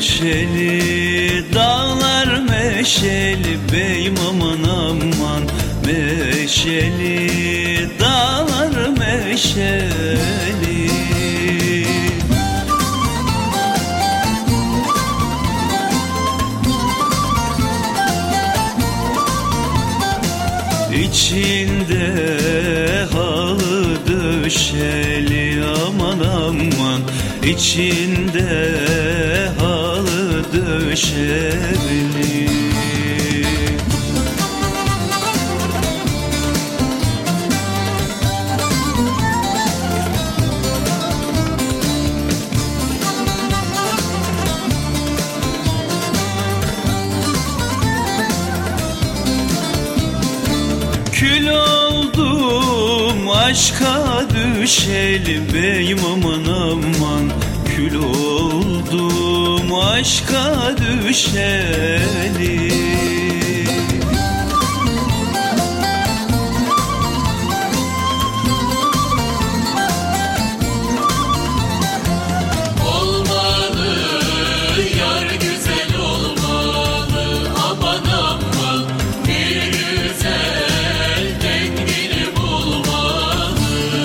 Meşeli dağlar meşeli beyim aman aman, meşeli dağlar meşeli. İçinde halı döşeli aman aman, İçinde halı döşeli. Kül oldum aşka düşeli beyim aman aman, kül oldum aşka düşeli. Olmalı yar güzel olmalı, aman aman bir güzel dengini bulmalı.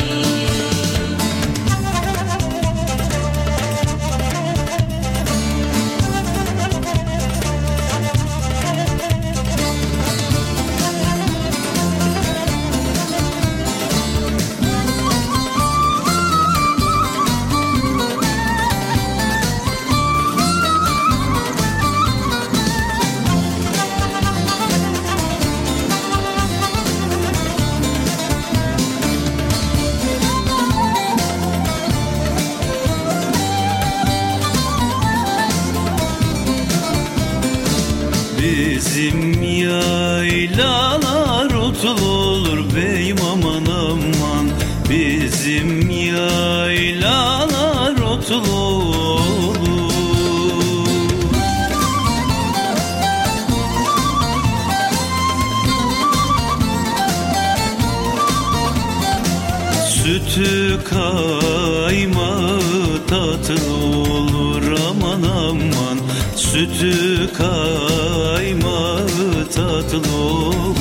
Bizim yaylalar otlu olur beyim aman aman, bizim yaylalar otlu olur. Sütü kaymağı tatlı olur aman aman, sütü kaymağı tatlı olur.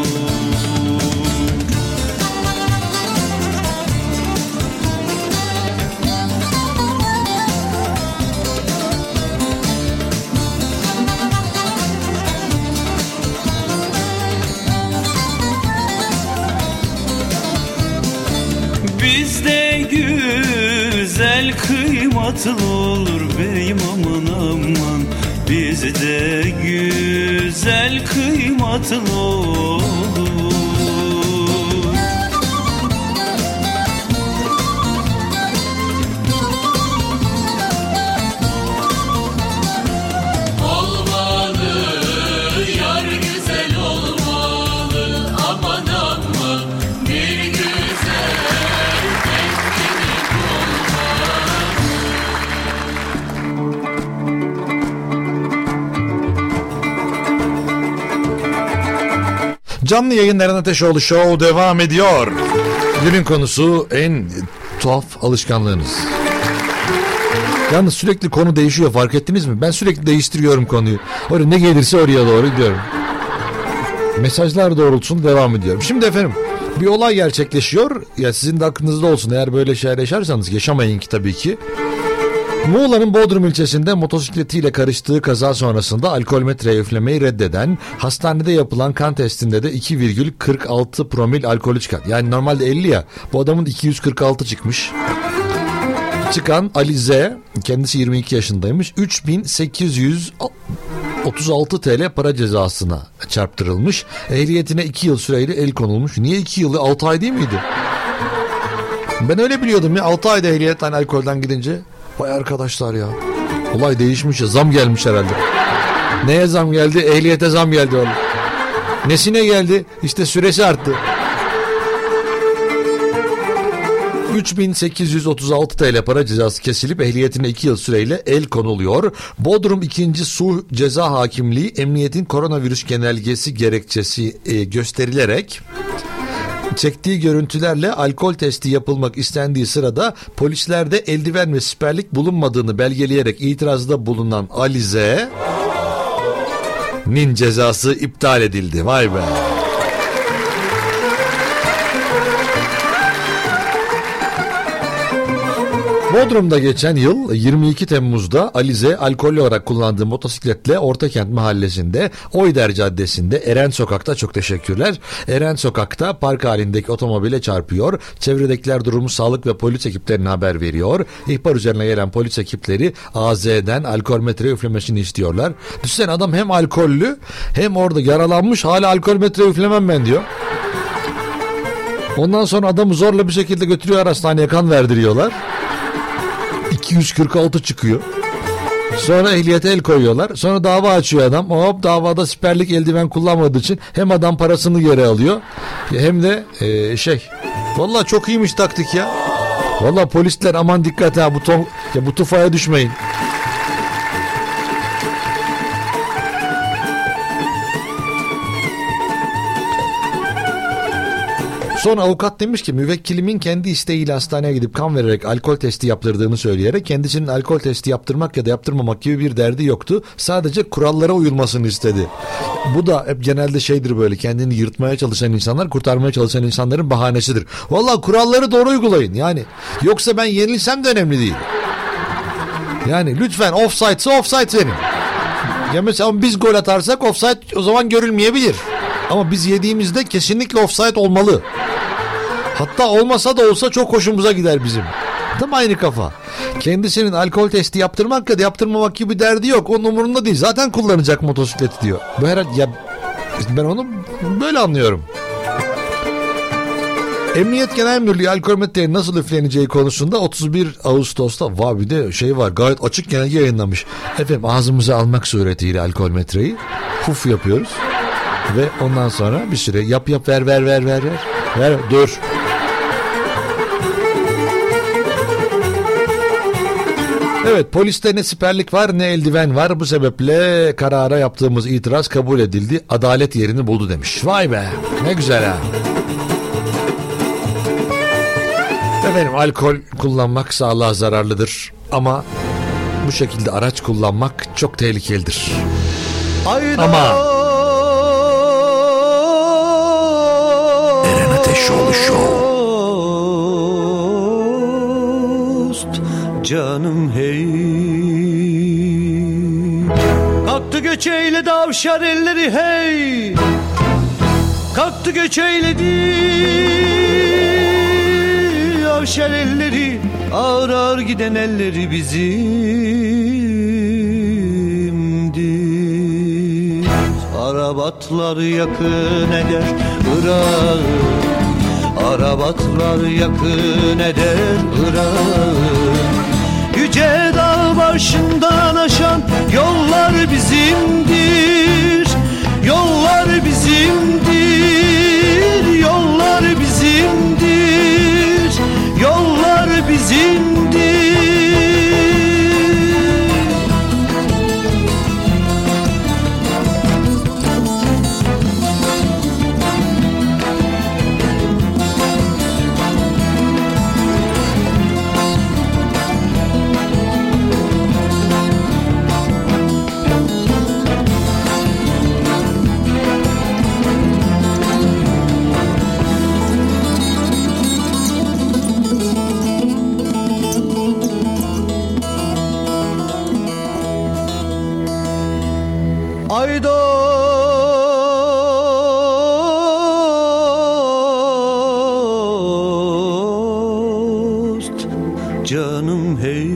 Bizde güzel kıymatlı olur beyim aman aman, bizde güzel kıymatlı olur. Olmalı yar güzel olmalı, aman aman bir güzel dengini bulmalı. Canlı yayın Eren Ateşoğlu Show devam ediyor. Günün konusu en tuhaf alışkanlığınız. Yalnız sürekli konu değişiyor, fark ettiniz mi? Ben sürekli değiştiriyorum konuyu. Oraya ne gelirse oraya doğru gidiyorum. Mesajlar doğrultusunda devam ediyorum. Şimdi efendim bir olay gerçekleşiyor. Ya sizin de aklınızda olsun, eğer böyle şeyler yaşarsanız, yaşamayın ki tabii ki. Muğla'nın Bodrum ilçesinde motosikletiyle karıştığı kaza sonrasında alkol metreye üflemeyi reddeden, hastanede yapılan kan testinde de 2,46 promil alkolü çıkan. Yani normalde 50 ya, bu adamın 246 çıkmış. Çıkan Ali Z, kendisi 22 yaşındaymış, 3.836 TL para cezasına çarptırılmış. Ehliyetine 2 yıl süreyle el konulmuş. Niye 2 yılı? 6 ay değil miydi? Ben öyle biliyordum ya, 6 ayda ehliyetten alkolden gidince. Vay arkadaşlar ya. Olay değişmiş ya, zam gelmiş herhalde. Neye zam geldi? Ehliyete zam geldi oğlum. Nesine geldi? İşte süresi arttı. 3.836 TL para cezası kesilip ehliyetine 2 yıl süreyle el konuluyor. Bodrum 2. Sulh Ceza Hakimliği emniyetin koronavirüs genelgesi gerekçesi gösterilerek çektiği görüntülerle alkol testi yapılmak istendiği sırada polislerde eldiven ve siperlik bulunmadığını belgeleyerek itirazda bulunan Alize'nin cezası iptal edildi. Vay be. Bodrum'da geçen yıl 22 Temmuz'da Alize alkollü olarak kullandığı motosikletle Ortakent Mahallesi'nde Oyder Caddesi'nde Eren Sokak'ta, çok teşekkürler, Eren Sokak'ta park halindeki otomobile çarpıyor. Çevredekiler durumu sağlık ve polis ekiplerine haber veriyor. İhbar üzerine gelen polis ekipleri AZ'den alkol metre üflemesini istiyorlar. Düşünsene, adam hem alkollü hem orada yaralanmış, hala alkol metre üflemem ben diyor. Ondan sonra adamı zorla bir şekilde götürüyor, hastaneye kan verdiriyorlar. 246 çıkıyor. Sonra ehliyete el koyuyorlar. Sonra dava açıyor adam. Hop, davada siperlik eldiven kullanmadığı için hem adam parasını geri alıyor hem de vallahi çok iyiymiş taktik ya. Vallahi polisler aman dikkat ha, bu tufaya düşmeyin. Sonra avukat demiş ki müvekkilimin kendi isteğiyle hastaneye gidip kan vererek alkol testi yaptırdığını söyleyerek kendisinin alkol testi yaptırmak ya da yaptırmamak gibi bir derdi yoktu. Sadece kurallara uyulmasını istedi. Bu da hep genelde şeydir, böyle kendini yırtmaya çalışan insanlar, kurtarmaya çalışan insanların bahanesidir. Vallahi kuralları doğru uygulayın yani. Yoksa ben yenilsem de önemli değil. Yani lütfen offside'sa offside verin. Ya mesela biz gol atarsak offside o zaman görülmeyebilir. Ama biz yediğimizde kesinlikle offside olmalı. Hatta olmasa da olsa çok hoşumuza gider bizim. Tam aynı kafa. Kendisinin alkol testi yaptırmak ya da yaptırmamak gibi derdi yok. Onun umurunda değil. Zaten kullanacak motosikleti diyor. Ben onu böyle anlıyorum. Emniyet Genel Müdürlüğü alkol metrenin nasıl üfleneceği konusunda 31 Ağustos'ta bir de var, gayet açık genelge yayınlamış. Efendim, ağzımıza almak suretiyle alkol metreyi puf yapıyoruz. Ve ondan sonra bir süre yap ver dur. Evet, poliste ne siperlik var ne eldiven var, bu sebeple karara yaptığımız itiraz kabul edildi, adalet yerini buldu demiş. Vay be, ne güzel ha. Efendim, alkol kullanmak sağlığa zararlıdır ama bu şekilde araç kullanmak çok tehlikelidir. Ama Ateşoğlu Show. Canım hey. Kalktı göç eyledi avşar elleri hey. Kalktı göç eyledi avşar elleri. Ağır ağır giden elleri bizimdir. Arabatlar yakın eder Irak'ı. Arabatlar yakın eder Irak'ı. Yüce dağ başından aşan yollar bizimdir. Yollar bizimdir. Yollar bizimdir. Yollar bizimdir. Dost canım hey.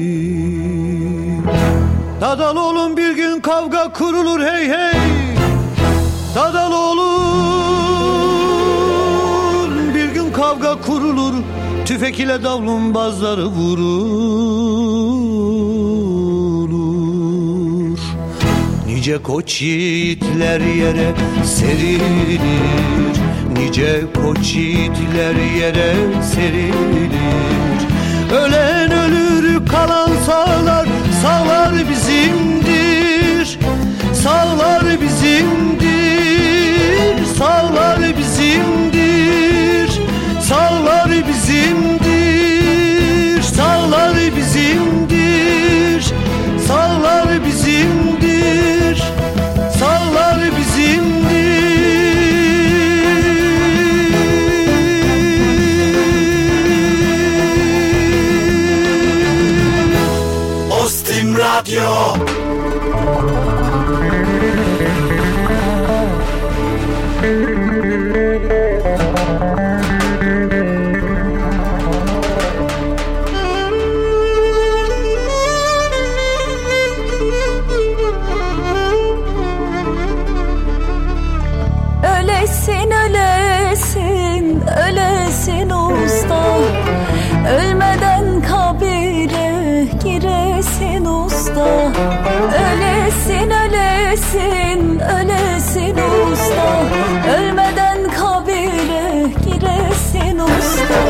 Dadaloğlum bir gün kavga kurulur hey hey. Dadaloğlum bir gün kavga kurulur. Tüfek ile davlumbazları vurulur. Nice koç yiğitler yere serilir. Nice koç yiğitler yere serilir. Ölen ölür kalan sağlar. Sağlar bizimdir. Sağlar bizimdir. Sağlar bizimdir. Tokyo. Ölesin ölesin ölesin usta, ölmeden kabire giresin usta. Ölesin ölesin ölesin usta, ölmeden kabire giresin usta.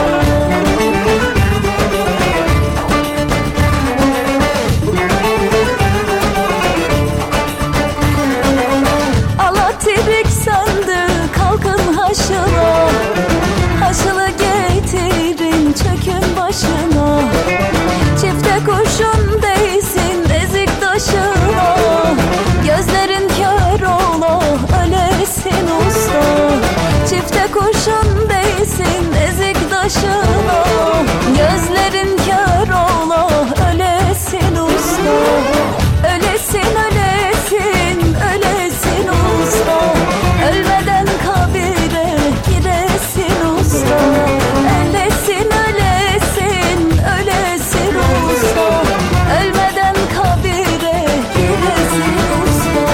Alatibrik söndü kalkın haşıla, haşılı getirin çökün başına. Çifte kurşun değsin ezik taşına, gözlerin kör ola ölesin usta. Çifte kurşun değsin ezik taşına, gözlerin kör ola ölesin usta. Ölesin ölesin ölesin usta, ölmeden kabire giresin usta. Ölesin ölesin ölesin usta, ölmeden kabire giresin usta.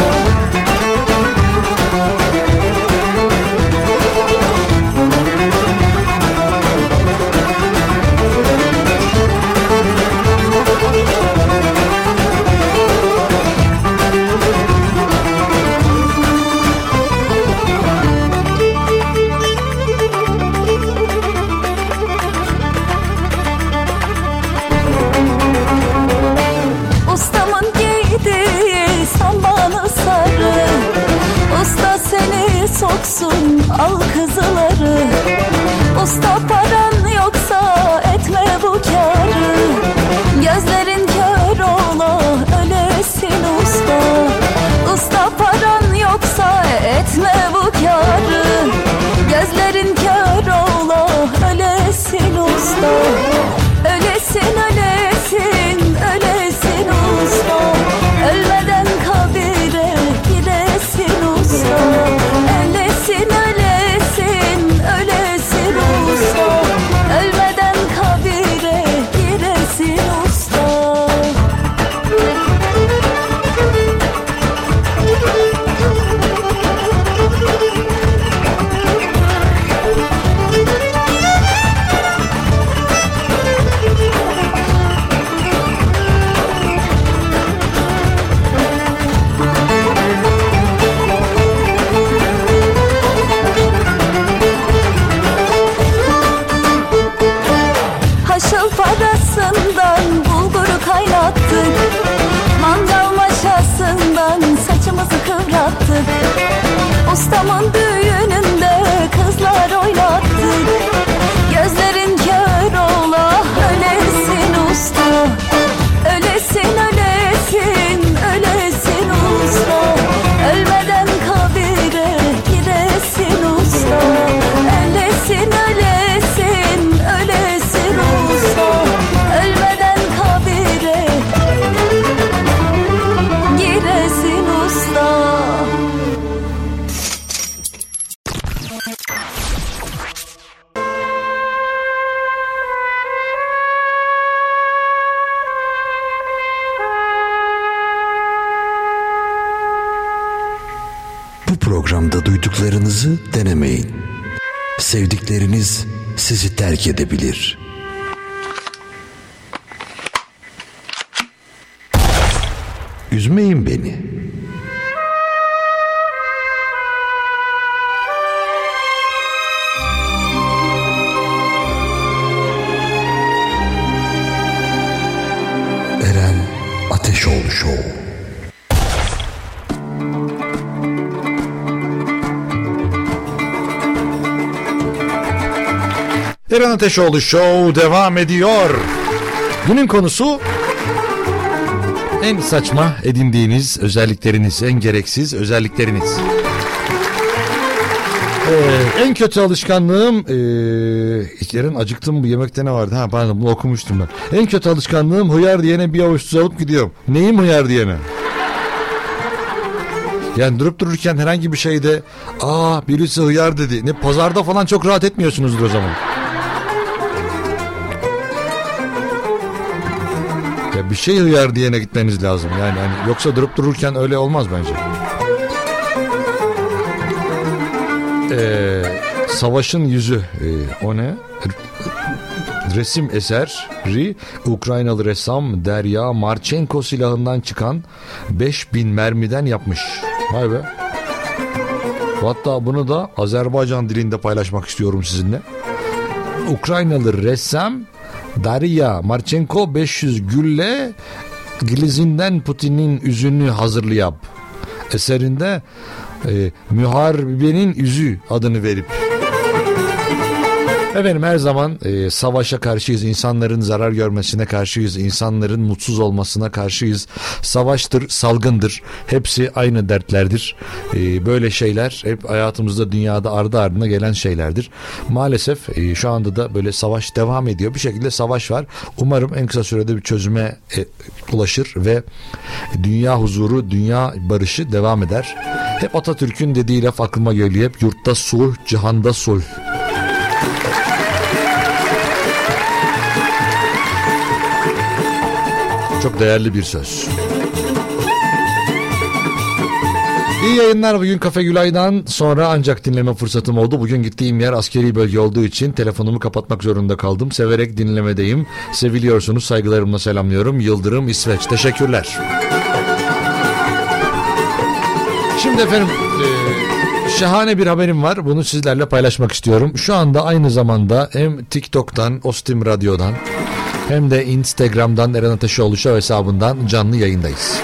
Ustamın giydiği sambanı sarı, usta seni soksun al kızıları. Usta paran yoksa etme bu kârı, gözlerin kör ola ölesin usta. Usta paran yoksa etme bu kârı, gözlerin kör ola ölesin usta. Ölesin ölesin ölesin usta, ölmeden kabire giresin usta. Ölesin ölesin ölesin usta, ölmeden kabire giresin usta. Haşıl parasından bulguru kaynattık, mangal maşasından saçımızı kıvrattık. Ustamın düğününde kızlar oynattık, gözlerin kör ola ölesin usta. Ölesin ölesin ölesin usta, ölmeden kabire giresin usta. Ölesin ölesin ölesin usta, ölmeden kabire giresin usta. Bu programda duyduklarınızı denemeyin. Sevdikleriniz sizi terk edebilir. Üzmeyin beni. Eren Ateşoğlu Show. Eren Ateşoğlu Show devam ediyor. Günün konusu en saçma edindiğiniz özellikleriniz, en gereksiz özellikleriniz. Evet. En kötü alışkanlığım yarın acıktım, bu yemekte ne vardı? Ha pardon, bunu okumuştum ben. En kötü alışkanlığım hıyar diyene bir avuç tuz alıp gidiyorum. Neyim hıyar diyene? Yani durup dururken herhangi bir şeyde birisi hıyar dedi. Ne pazarda falan çok rahat etmiyorsunuzdur o zaman. Ya bir şey hıyar diyene gitmeniz lazım. Yani yoksa durup dururken öyle olmaz bence. Savaşın yüzü o ne? Resim eseri Ukraynalı ressam Derya Marchenko silahından çıkan 5000 mermiden yapmış. Vay be. Hatta bunu da Azerbaycan dilinde paylaşmak istiyorum sizinle. Ukraynalı ressam Derya Marchenko 500 gülle Glizinden Putin'in yüzünü hazırlayıp eserinde Muharebenin Yüzü adını verip. Efendim her zaman savaşa karşıyız, insanların zarar görmesine karşıyız, insanların mutsuz olmasına karşıyız. Savaştır, salgındır, hepsi aynı dertlerdir. Böyle şeyler hep hayatımızda, dünyada ardı ardına gelen şeylerdir. Maalesef şu anda da böyle savaş devam ediyor. Bir şekilde savaş var. Umarım en kısa sürede bir çözüme ulaşır ve dünya huzuru, dünya barışı devam eder. Hep Atatürk'ün dediği laf aklıma geliyor. Hep yurtta sulh, cihanda sulh. Çok değerli bir söz. İyi yayınlar. Bugün Kafe Gülay'dan sonra ancak dinleme fırsatım oldu. Bugün gittiğim yer askeri bölge olduğu için telefonumu kapatmak zorunda kaldım. Severek dinlemedeyim. Seviliyorsunuz. Saygılarımla selamlıyorum. Yıldırım, İsveç. Teşekkürler. Şimdi efendim şahane bir haberim var. Bunu sizlerle paylaşmak istiyorum. Şu anda aynı zamanda hem TikTok'tan, Ostim Radyo'dan hem de Instagram'dan Eren Ateşoğlu Show hesabından canlı yayındayız.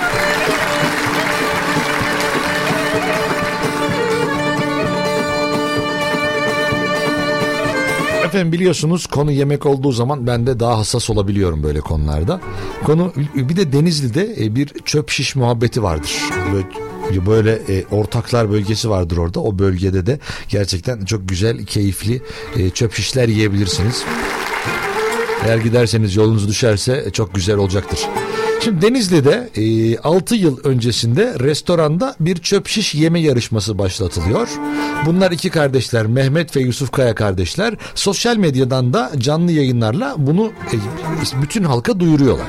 Efendim biliyorsunuz konu yemek olduğu zaman ben de daha hassas olabiliyorum böyle konularda. Konu bir de Denizli'de bir çöp şiş muhabbeti vardır. Böyle ortaklar bölgesi vardır orada. O bölgede de gerçekten çok güzel, keyifli çöp şişler yiyebilirsiniz. Eğer giderseniz yolunuz düşerse çok güzel olacaktır. Şimdi Denizli'de 6 yıl öncesinde restoranda bir çöp şiş yeme yarışması başlatılıyor. Bunlar iki kardeşler, Mehmet ve Yusuf Kaya kardeşler, sosyal medyadan da canlı yayınlarla bunu bütün halka duyuruyorlar.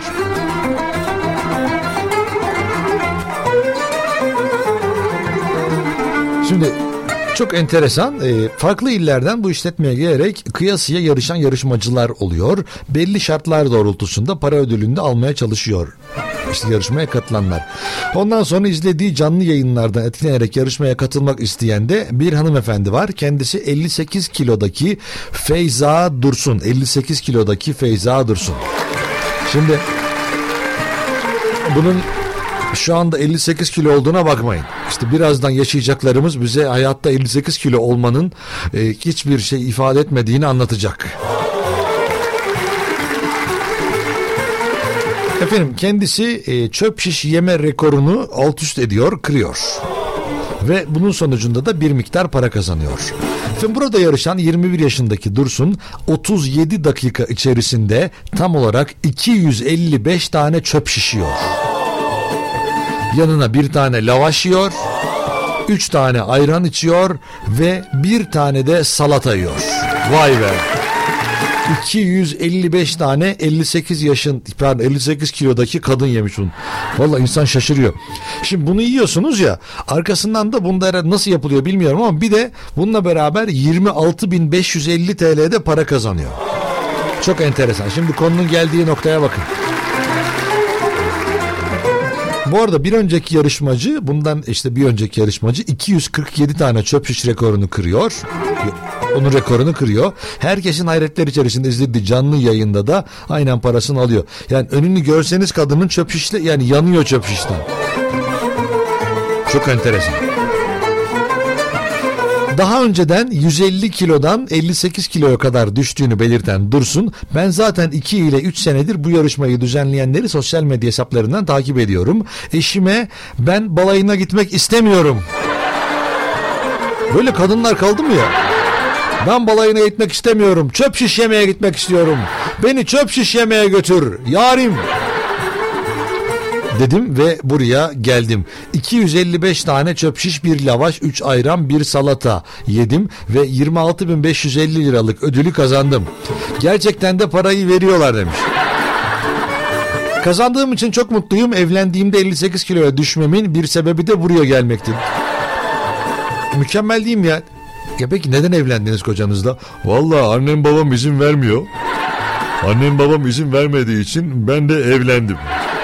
Şimdi çok enteresan, farklı illerden bu işletmeye gelerek kıyasıya yarışan yarışmacılar oluyor. Belli şartlar doğrultusunda para ödülünü de almaya çalışıyor İşte yarışmaya katılanlar. Ondan sonra izlediği canlı yayınlardan etkilenerek yarışmaya katılmak isteyen de bir hanımefendi var. Kendisi 58 kilodaki Feyza Dursun. 58 kilodaki Feyza Dursun. Şimdi bunun şu anda 58 kilo olduğuna bakmayın. İşte birazdan yaşayacaklarımız bize hayatta 58 kilo olmanın hiçbir şey ifade etmediğini anlatacak. Efendim kendisi çöp şiş yeme rekorunu alt üst ediyor, kırıyor. Ve bunun sonucunda da bir miktar para kazanıyor. Efendim burada yarışan 21 yaşındaki Dursun 37 dakika içerisinde tam olarak 255 tane çöp şişiyor. Yanına bir tane lavaş yiyor, 3 tane ayran içiyor ve bir tane de salata yiyor. Vay be! 255 tane 58 kilodaki kadın yemiş bunu. Vallahi insan şaşırıyor. Şimdi bunu yiyorsunuz ya, arkasından da bunda nasıl yapılıyor bilmiyorum ama bir de bununla beraber 26.550 TL'de para kazanıyor. Çok enteresan. Şimdi konunun geldiği noktaya bakın. Bu arada bir önceki yarışmacı, bundan işte bir önceki yarışmacı 247 tane çöp şiş rekorunu kırıyor. Onun rekorunu kırıyor. Herkesin hayretler içerisinde izlediği canlı yayında da aynen parasını alıyor. Yani önünü görseniz kadının çöp şişle, yani yanıyor çöp şişten. Çok enteresan. Daha önceden 150 kilodan 58 kiloya kadar düştüğünü belirten Dursun, ben zaten 2 ile 3 senedir bu yarışmayı düzenleyenleri sosyal medya hesaplarından takip ediyorum. Eşime ben balayına gitmek istemiyorum. Böyle kadınlar kaldı mı ya? Ben balayına gitmek istemiyorum. Çöp şiş yemeye gitmek istiyorum. Beni çöp şiş yemeye götür. Yarim. Dedim ve buraya geldim. 255 tane çöp şiş, bir lavaş, 3 ayran, bir salata yedim ve 26.550 liralık ödülü kazandım. Gerçekten de parayı veriyorlar demiş. Kazandığım için çok mutluyum. Evlendiğimde 58 kiloya düşmemin bir sebebi de buraya gelmekti. Mükemmel değil mi ya? Ya peki neden evlendiniz kocanızla? Vallahi annem babam izin vermiyor. Annem babam izin vermediği için ben de evlendim.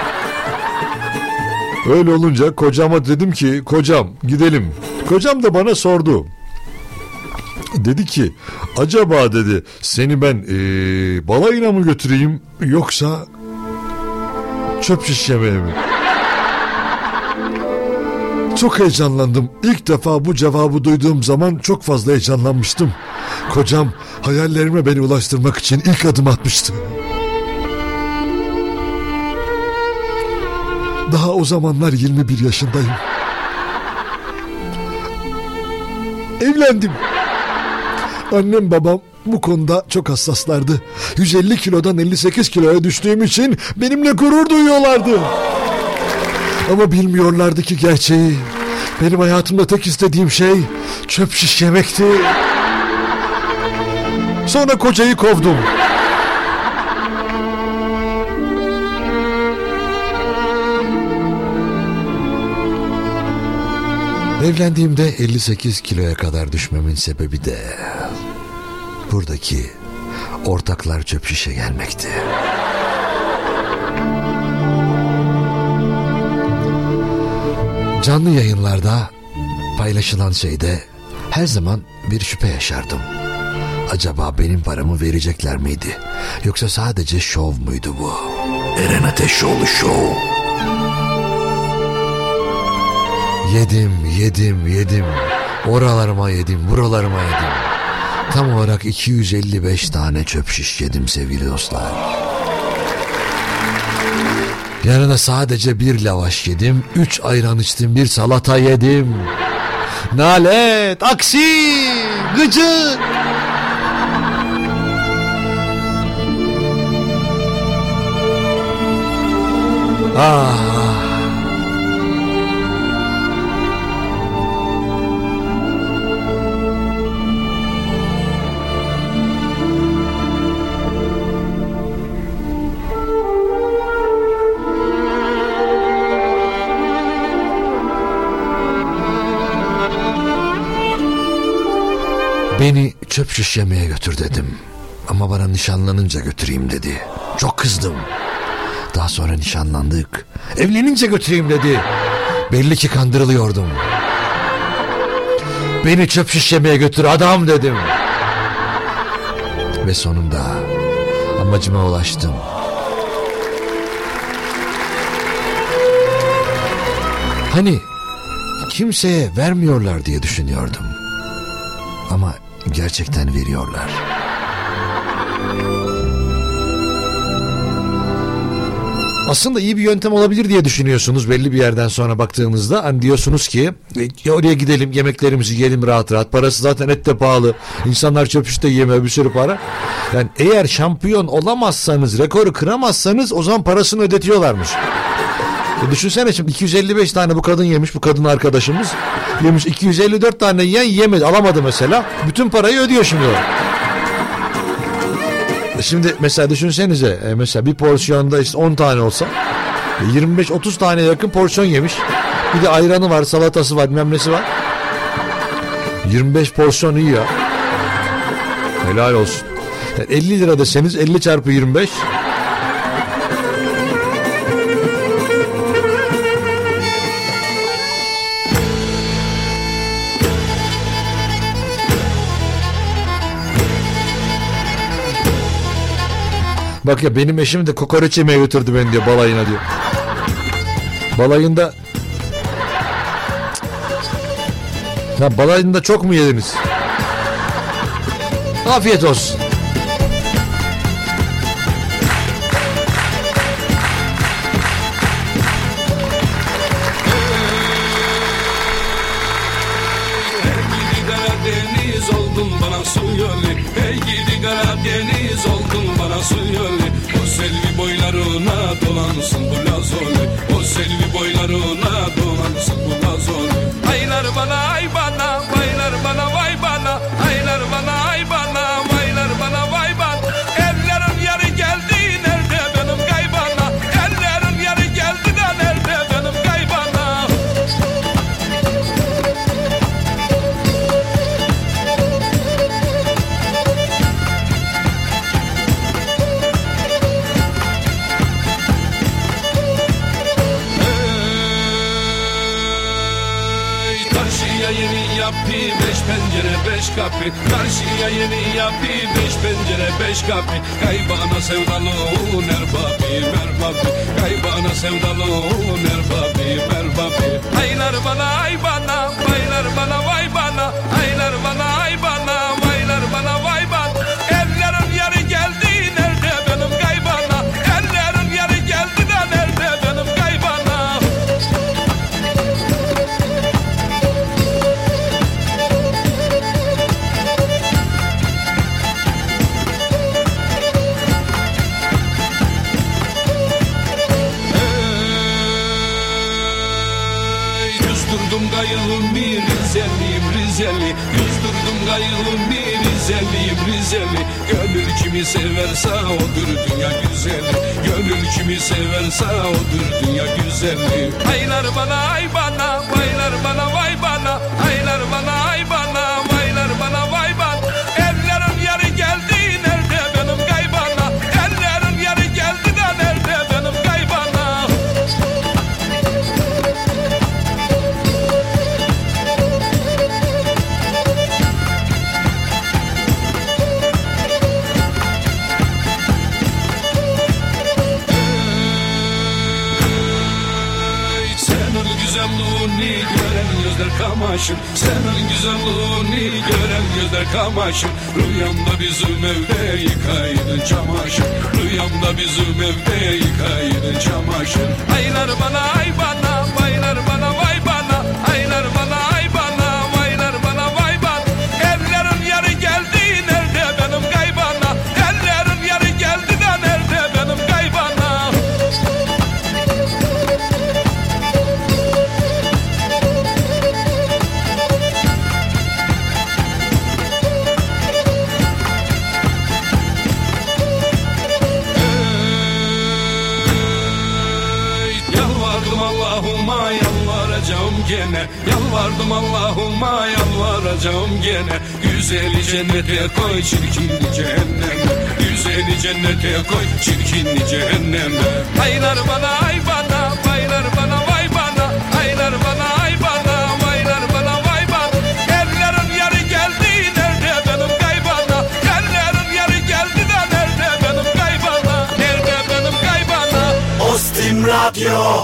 Öyle olunca kocama dedim ki kocam gidelim. Kocam da bana sordu. Dedi ki acaba dedi seni ben balayına mı götüreyim yoksa çöp şiş yemeye mi? Çok heyecanlandım. İlk defa bu cevabı duyduğum zaman çok fazla heyecanlanmıştım. Kocam hayallerime beni ulaştırmak için ilk adım atmıştı. Daha o zamanlar 21 yaşındayım. Evlendim. Annem babam bu konuda çok hassaslardı. 150 kilodan 58 kiloya düştüğüm için benimle gurur duyuyorlardı. Ama bilmiyorlardı ki gerçeği. Benim hayatımda tek istediğim şey çöp şiş yemekti. Sonra kocayı kovdum. Evlendiğimde 58 kiloya kadar düşmemin sebebi de buradaki ortaklar çöp şişe gelmekti. Canlı yayınlarda paylaşılan şeyde her zaman bir şüphe yaşardım. Acaba benim paramı verecekler miydi? Yoksa sadece şov muydu bu? Eren Ateşoğlu Show. Yedim. Oralarıma yedim, buralarıma yedim. Tam olarak 255 tane çöp şiş yedim sevgili dostlar. Yanına sadece bir lavaş yedim, 3 ayran içtim, bir salata yedim. Nalet, aksi, gıcık. Beni çöp şiş yemeye götür dedim. Ama bana nişanlanınca götüreyim dedi. Çok kızdım. Daha sonra nişanlandık. Evlenince götüreyim dedi. Belli ki kandırılıyordum. Beni çöp şiş yemeye götür adam dedim. Ve sonunda amacıma ulaştım. Hani kimseye vermiyorlar diye düşünüyordum. Ama gerçekten veriyorlar. Aslında iyi bir yöntem olabilir diye düşünüyorsunuz belli bir yerden sonra baktığınızda. Hani diyorsunuz ki oraya gidelim, yemeklerimizi yiyelim rahat rahat. Parası zaten et de pahalı. İnsanlar çöp şişte yiyemiyor, bir sürü para. Yani eğer şampiyon olamazsanız, rekoru kıramazsanız o zaman parasını ödetiyorlarmış. Düşünsene şimdi 255 tane bu kadın yemiş, bu kadın arkadaşımız yemiş, 254 tane yiyen yemedi, alamadı mesela. Bütün parayı ödüyor şimdi o. Şimdi mesela düşünsenize mesela bir porsiyonda işte 10 tane olsa 25-30 tane yakın porsiyon yemiş. Bir de ayranı var, salatası var, bilmem nesi var. 25 porsiyon iyi ya. Helal olsun. Yani 50 lira deseniz 50 çarpı 25. Bak ya benim eşim de kokoreç yemeye götürdü beni diyor balayına diyor. Balayında ya balayında çok mu yediniz? Afiyet olsun. Deniz oldum bana su yollu. Hey gidi Karadeniz oldun bana su yollu. O selvi boylarına dolansın bu lazoli. O selvi boylarına dolansın bu lazoli. Aylar bana ay bana, baylar bana vay bana. Aylar bana ay bana, baylar bana vay bana. Ellerin yarı geldi nerede benim kaybana. Ellerin yarı geldi de nerede benim kaybana. Karşıya yeni yapı, beş pencere beş kapı. Karşıya yeni yapı, beş pencere beş kapı. Kaybana sevdalı erbabı merbabı. Kaybana sevdalı erbabı merbabı. Aylar bana ay bana, baylar bana vay bana. Aylar bana ay bana, baylar bana vay bana. Ellerin yarı geldi nerede benim kaybana. Ellerin yarı geldi de nerede benim kaybana. Yüzdürdüm kayığımı Rizeliyim Rizeli. Yüzdürdüm kayığımı Rizeliyim Rizeli. Gönül kimi severse odur dünya güzeli. Gönül kimi severse odur dünya güzeli. Aylar bana ay bana, baylar bana vay bana. Aylar bana ay bana, baylar bana vay bana. Ellerin yarı geldi nerede benim kaybana. Ellerin yarı geldi de nerede benim kaybana. Senin güzelliğini gören gözler kamaşır. Senin güzelliğini gören gözler kamaşır. Rüyamda bizim evde yıkaydın çamaşır. Rüyamda bizim evde yıkaydın çamaşır. Aylar bana ay bana, baylar bana vay bana. Aylar bana ay bana, baylar bana vay bana. Ellerin yarı geldi nerede benim kaybana. Ellerin yarı geldi de nerede benim kaybana. Yalvardım Allah'ıma yalvaracağım gene. Yalvardım Allah'ıma yalvaracağım gene. Güzeli cennete koy çirkini cehenneme. Güzeli cennete koy çirkini cehenneme. Aylar bana ay bana, baylar bana vay bana. Aylar bana ay bana, baylar bana vay bana. Ellerin yarı geldi nerede benim kaybana. Ellerin yarı geldi de nerede benim kaybana. Nerede benim kaybana. Ostim Radyo.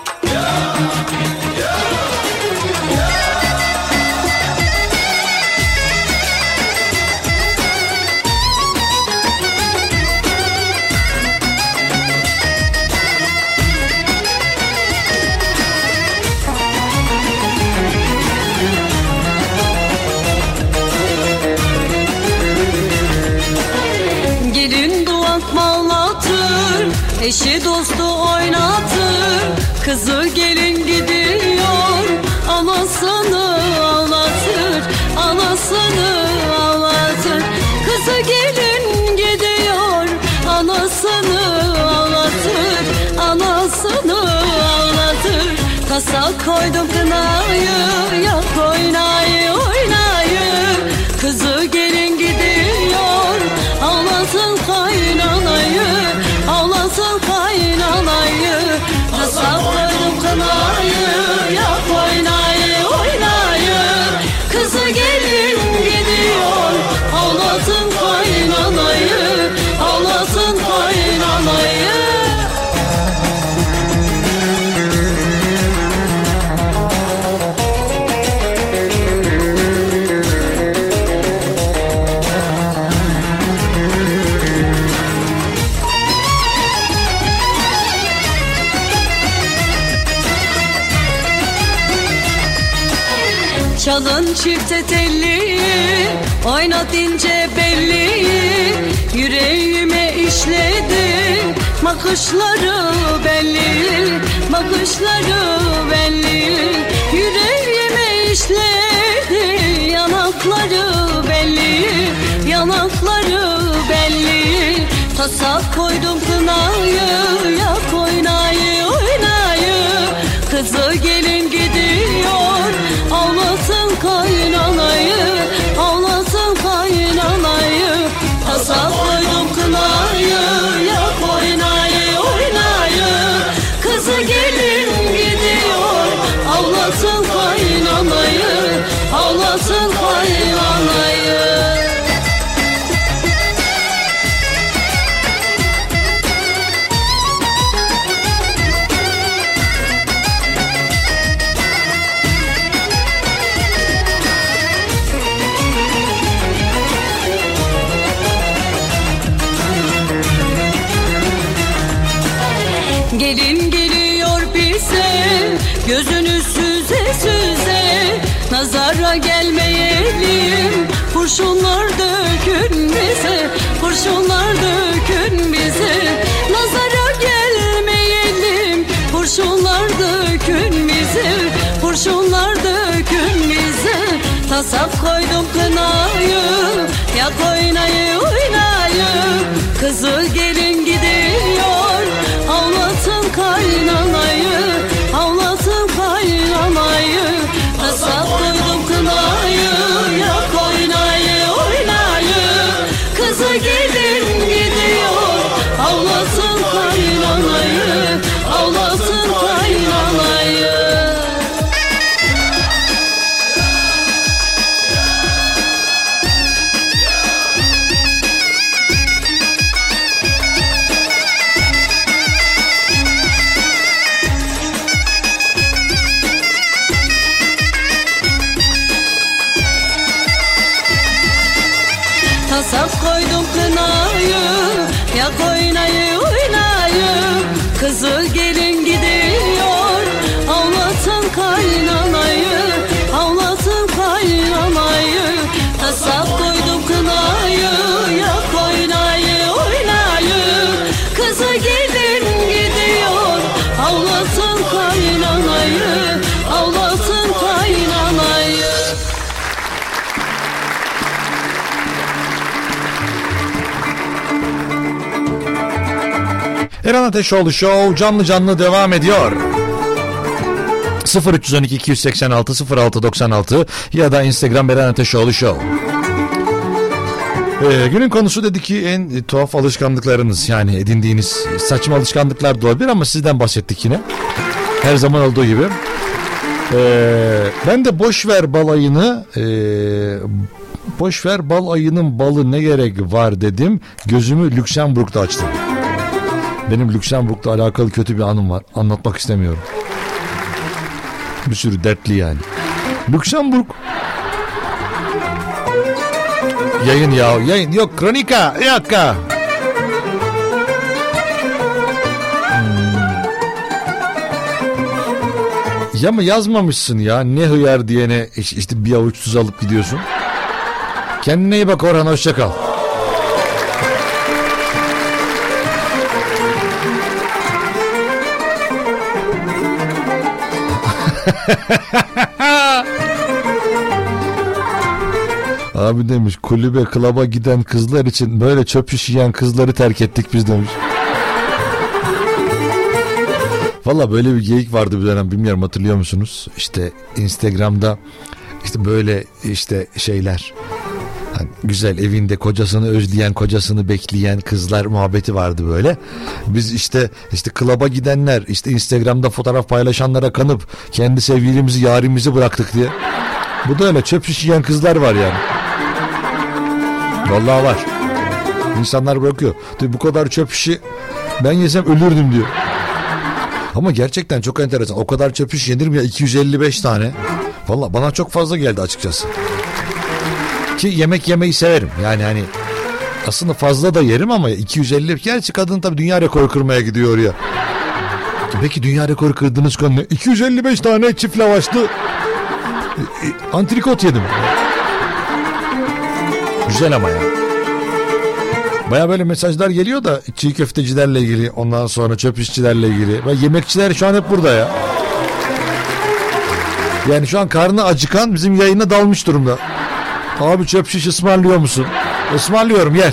Gelin duvak mallatır, eşi dostu oynatır. Kızı gelin gidiyor, anasını ağlatır. Anasını ağlatır. Kızı gelin gidiyor, anasını ağlatır. Anasını ağlatır. Tasa koydum kınayı, yak oynayı oynayı. Kızı gelin gidiyor, ağlasın kaynanayı. Ağlasın kaynanayı. Tasa koydum kınayı, yak oynayı oynayı. Kızı gelin gidiyor, ağlasın kaynanayı. Ağlasın kaynanayı. Çalın çifte telli, oynat ince belli, yüreğime işledi bakışları belli, bakışları belli, yüreğime işledi yanakları belli, yanakları belli. Tasa koydum kınayı, yak oynayı oynayı, kızı gelin gidiyor, ağlasın kaynanayı, ağlasın kaynanayı. Tasa koydum kınayı, yak oynayı oynayı, kızı gelin gidiyor, ağlasın kaynanayı, ağlasın kaynanayı. Gelin geliyor bize, gözünü süze süze, nazara gelmeyelim, kurşunlar dökün bize, kurşunlar dökün bize, nazara gelmeyelim, kurşunlar dökün bize, kurşunlar dökün bize. Tasaf koydum kınayı, yak oynayı oynayı, kızı gelin gidiyor, ağlasın kaynanayı, ağlasın kaynanayı. Tasaf koydum kınayı, yak oynayı oynayı, kızı gelin gidiyor, ağlasın kaynanayı, ağlasın kaynanayı. Tasaf koydum kınayı, yak oynayı oynayı, kızı gelin gidiyor, ağlasın kaynanayı, ağlasın kaynanayı. Tasaf koydum kınayı, yak oynayı oynayı, kızı gelin gidiyor, ağlasın kaynanayı, ağlasın kaynanayı. Eren Ateşoğlu Show canlı canlı devam ediyor. 0312 286 0696 ya da Instagram Eren Ateşoğlu Show. Günün konusu dedi ki en tuhaf alışkanlıklarınız, yani edindiğiniz saçma alışkanlıklar da olabilir ama sizden bahsettik yine. Her zaman olduğu gibi. Ben de boşver balayını, boşver bal ayının balı ne gerek var dedim. Gözümü Lüksemburg'da açtım. Benim Lüksemburg'la alakalı kötü bir anım var. Anlatmak istemiyorum. Bir sürü dertli yani. Lüksemburg. Yayın ya. Yayın. Yok kronika. Yok ha. Ya mı yazmamışsın ya? Ne hıyar diyene işte bir avuç tuz alıp gidiyorsun. Kendine iyi bak Orhan. Hoşça kal. Abi demiş kulübe klaba giden kızlar için böyle çöp şiş yiyen kızları terk ettik biz demiş. Valla böyle bir geyik vardı bir dönem, bilmiyorum hatırlıyor musunuz? İşte Instagram'da işte böyle işte şeyler, hani güzel evinde kocasını özleyen, kocasını bekleyen kızlar muhabbeti vardı böyle. Biz işte klaba gidenler, işte Instagram'da fotoğraf paylaşanlara kanıp kendi sevgilimizi, yarimizi bıraktık diye. Bu da öyle çöp şiş yiyen kızlar var yani. Vallahi var. İnsanlar bırakıyor. Tabii bu kadar çöp şişi ben yesem ölürdüm diyor. Ama gerçekten çok enteresan. O kadar çöp şiş yenir mi ya? 255 tane. Vallahi bana çok fazla geldi açıkçası. Ki yemek yemeyi severim. Yani hani aslında fazla da yerim ama 250. Gerçi kadın tabii dünya rekoru kırmaya gidiyor oraya. Peki dünya rekoru kırdığınız konu ne? 255 tane çift lavaşlı Antrikot yedim. Güzel ama ya. Baya böyle mesajlar geliyor da çiğ köftecilerle ilgili, ondan sonra çöp işçilerle ilgili. Ve yemekçiler şu an hep burada ya. Yani şu an karnı acıkan bizim yayına dalmış durumda. Abi çöp şiş ısmarlıyor musun? Ismarlıyorum, gel.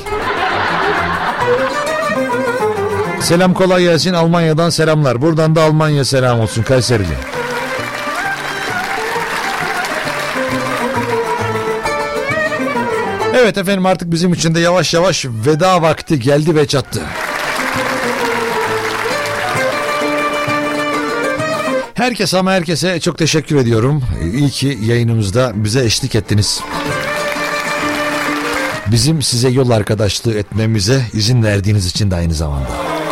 Selam, kolay gelsin, Almanya'dan selamlar. Buradan da Almanya selam olsun, Kayserili. Evet efendim, artık bizim için de yavaş yavaş veda vakti geldi ve çattı. Herkese çok teşekkür ediyorum. İyi ki yayınımızda bize eşlik ettiniz. Bizim size yol arkadaşlığı etmemize izin verdiğiniz için de aynı zamanda.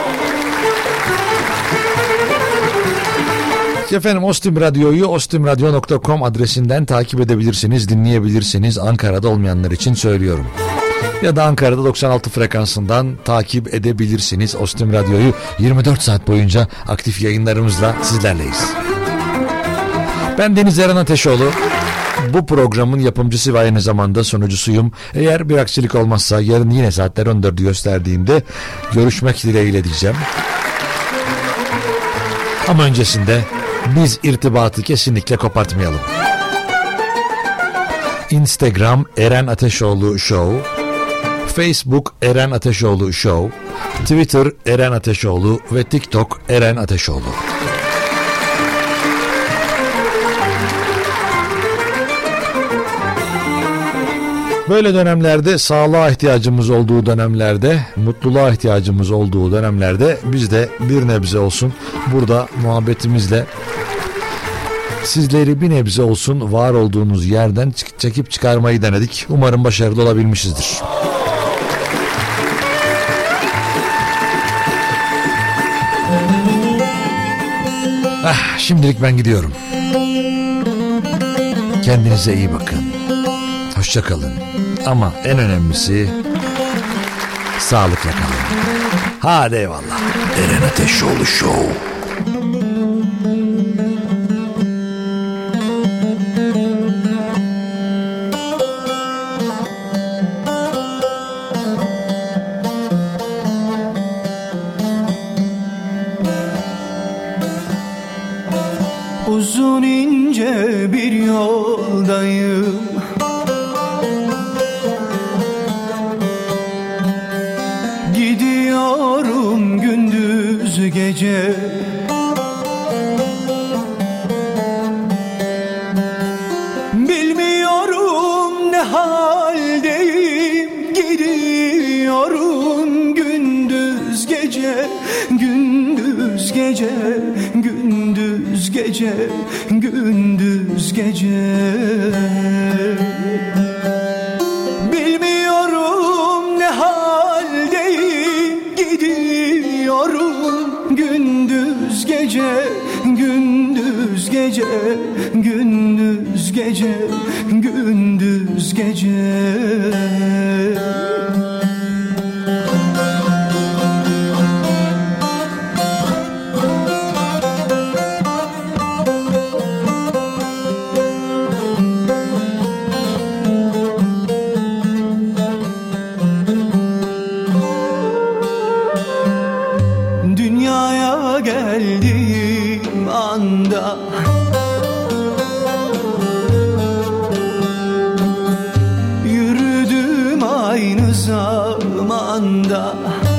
Efendim, Ostim Radyo'yu ostimradyo.com adresinden takip edebilirsiniz, dinleyebilirsiniz. Ankara'da olmayanlar için söylüyorum. Ya da Ankara'da 96 frekansından takip edebilirsiniz. Ostim Radyo'yu 24 saat boyunca aktif yayınlarımızla sizlerleyiz. Ben Deniz Eren Ateşoğlu. Bu programın yapımcısı ve aynı zamanda sunucusuyum. Eğer bir aksilik olmazsa yarın yine saatler 14'ü gösterdiğinde görüşmek dileğiyle diyeceğim. Ama öncesinde biz irtibatı kesinlikle kopartmayalım. Instagram Eren Ateşoğlu Show, Facebook Eren Ateşoğlu Show, Twitter Eren Ateşoğlu ve TikTok Eren Ateşoğlu. Böyle dönemlerde, sağlığa ihtiyacımız olduğu dönemlerde, mutluluğa ihtiyacımız olduğu dönemlerde biz de bir nebze olsun burada muhabbetimizle sizleri bir nebze olsun var olduğunuz yerden çekip çıkarmayı denedik. Umarım başarılı olabilmişizdir. Şimdilik ben gidiyorum. Kendinize iyi bakın. Hoşça kalın. Ama en önemlisi sağlıkla kalın. Hadi eyvallah. Eren Ateşoğlu Show. Uzun ince bir yoldayım, gidiyorum gündüz gece. Bilmiyorum ne haldeyim, gidiyorum gündüz gece, gündüz gece, gündüz gece, gündüz gece. Bilmiyorum ne haldeyim, gidiyorum gündüz gece, gündüz gece, gündüz gece, gündüz gece. Dünyaya geldiğim anda yürüdüm aynı zamanda.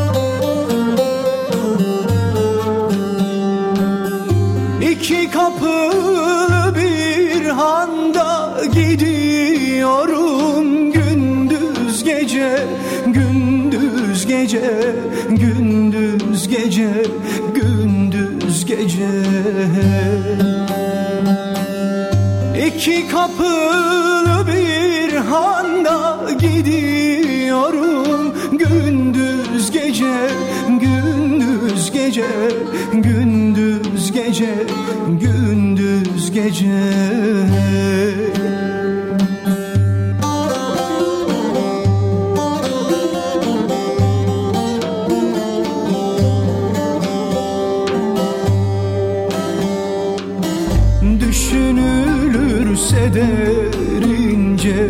İki kapılı bir handa gidiyorum gündüz gece, gündüz gece, gündüz gece, gündüz gece. İki kapılı bir handa gidiyorum gündüz gece, gündüz gece, gündüz gece, gündüz gece. Düşünülürse de erince.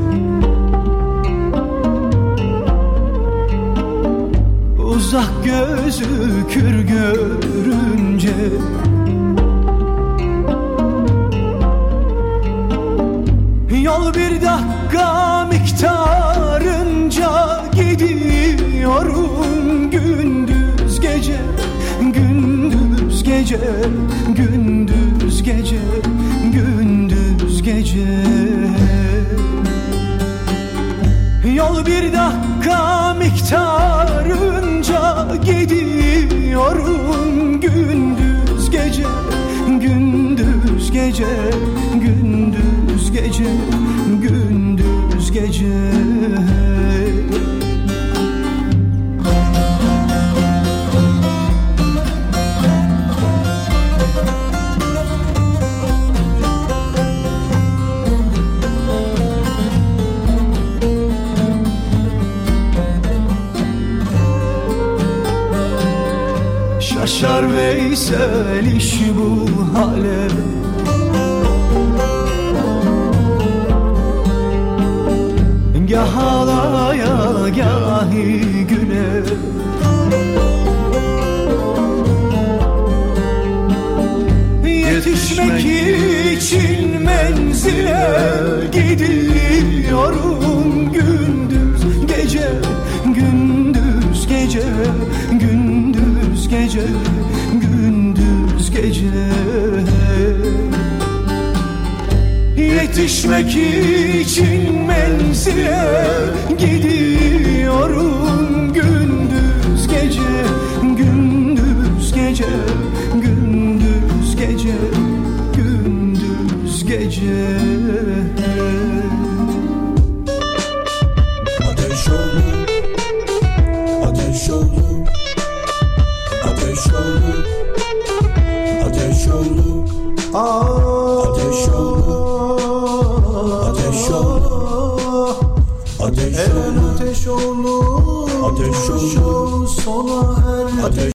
Uzak gözükür görünce. Yol bir dakika miktarınca gidiyorum gündüz gece, gündüz gece, gündüz gece, gündüz gece. Yol bir dakika miktarınca gidiyorum gündüz gece, gündüz gece, gündüz gece, gündüz gece. Şaşar Veysel iş bu hale. Gah ağlaya gahi güle. Yetişmek için menzile gidiyorum gündüz gece, gündüz gece, gündüz gece, gündüz gece. Yetişmek için menzile gidiyorum gündüz gece, gündüz gece, gündüz gece, gündüz gece. Ateş olur, ateş olur, ateş olur, ateş olur, ateş olur, ateş olur, ateş olur, ateş olur, ateş olur, sona er.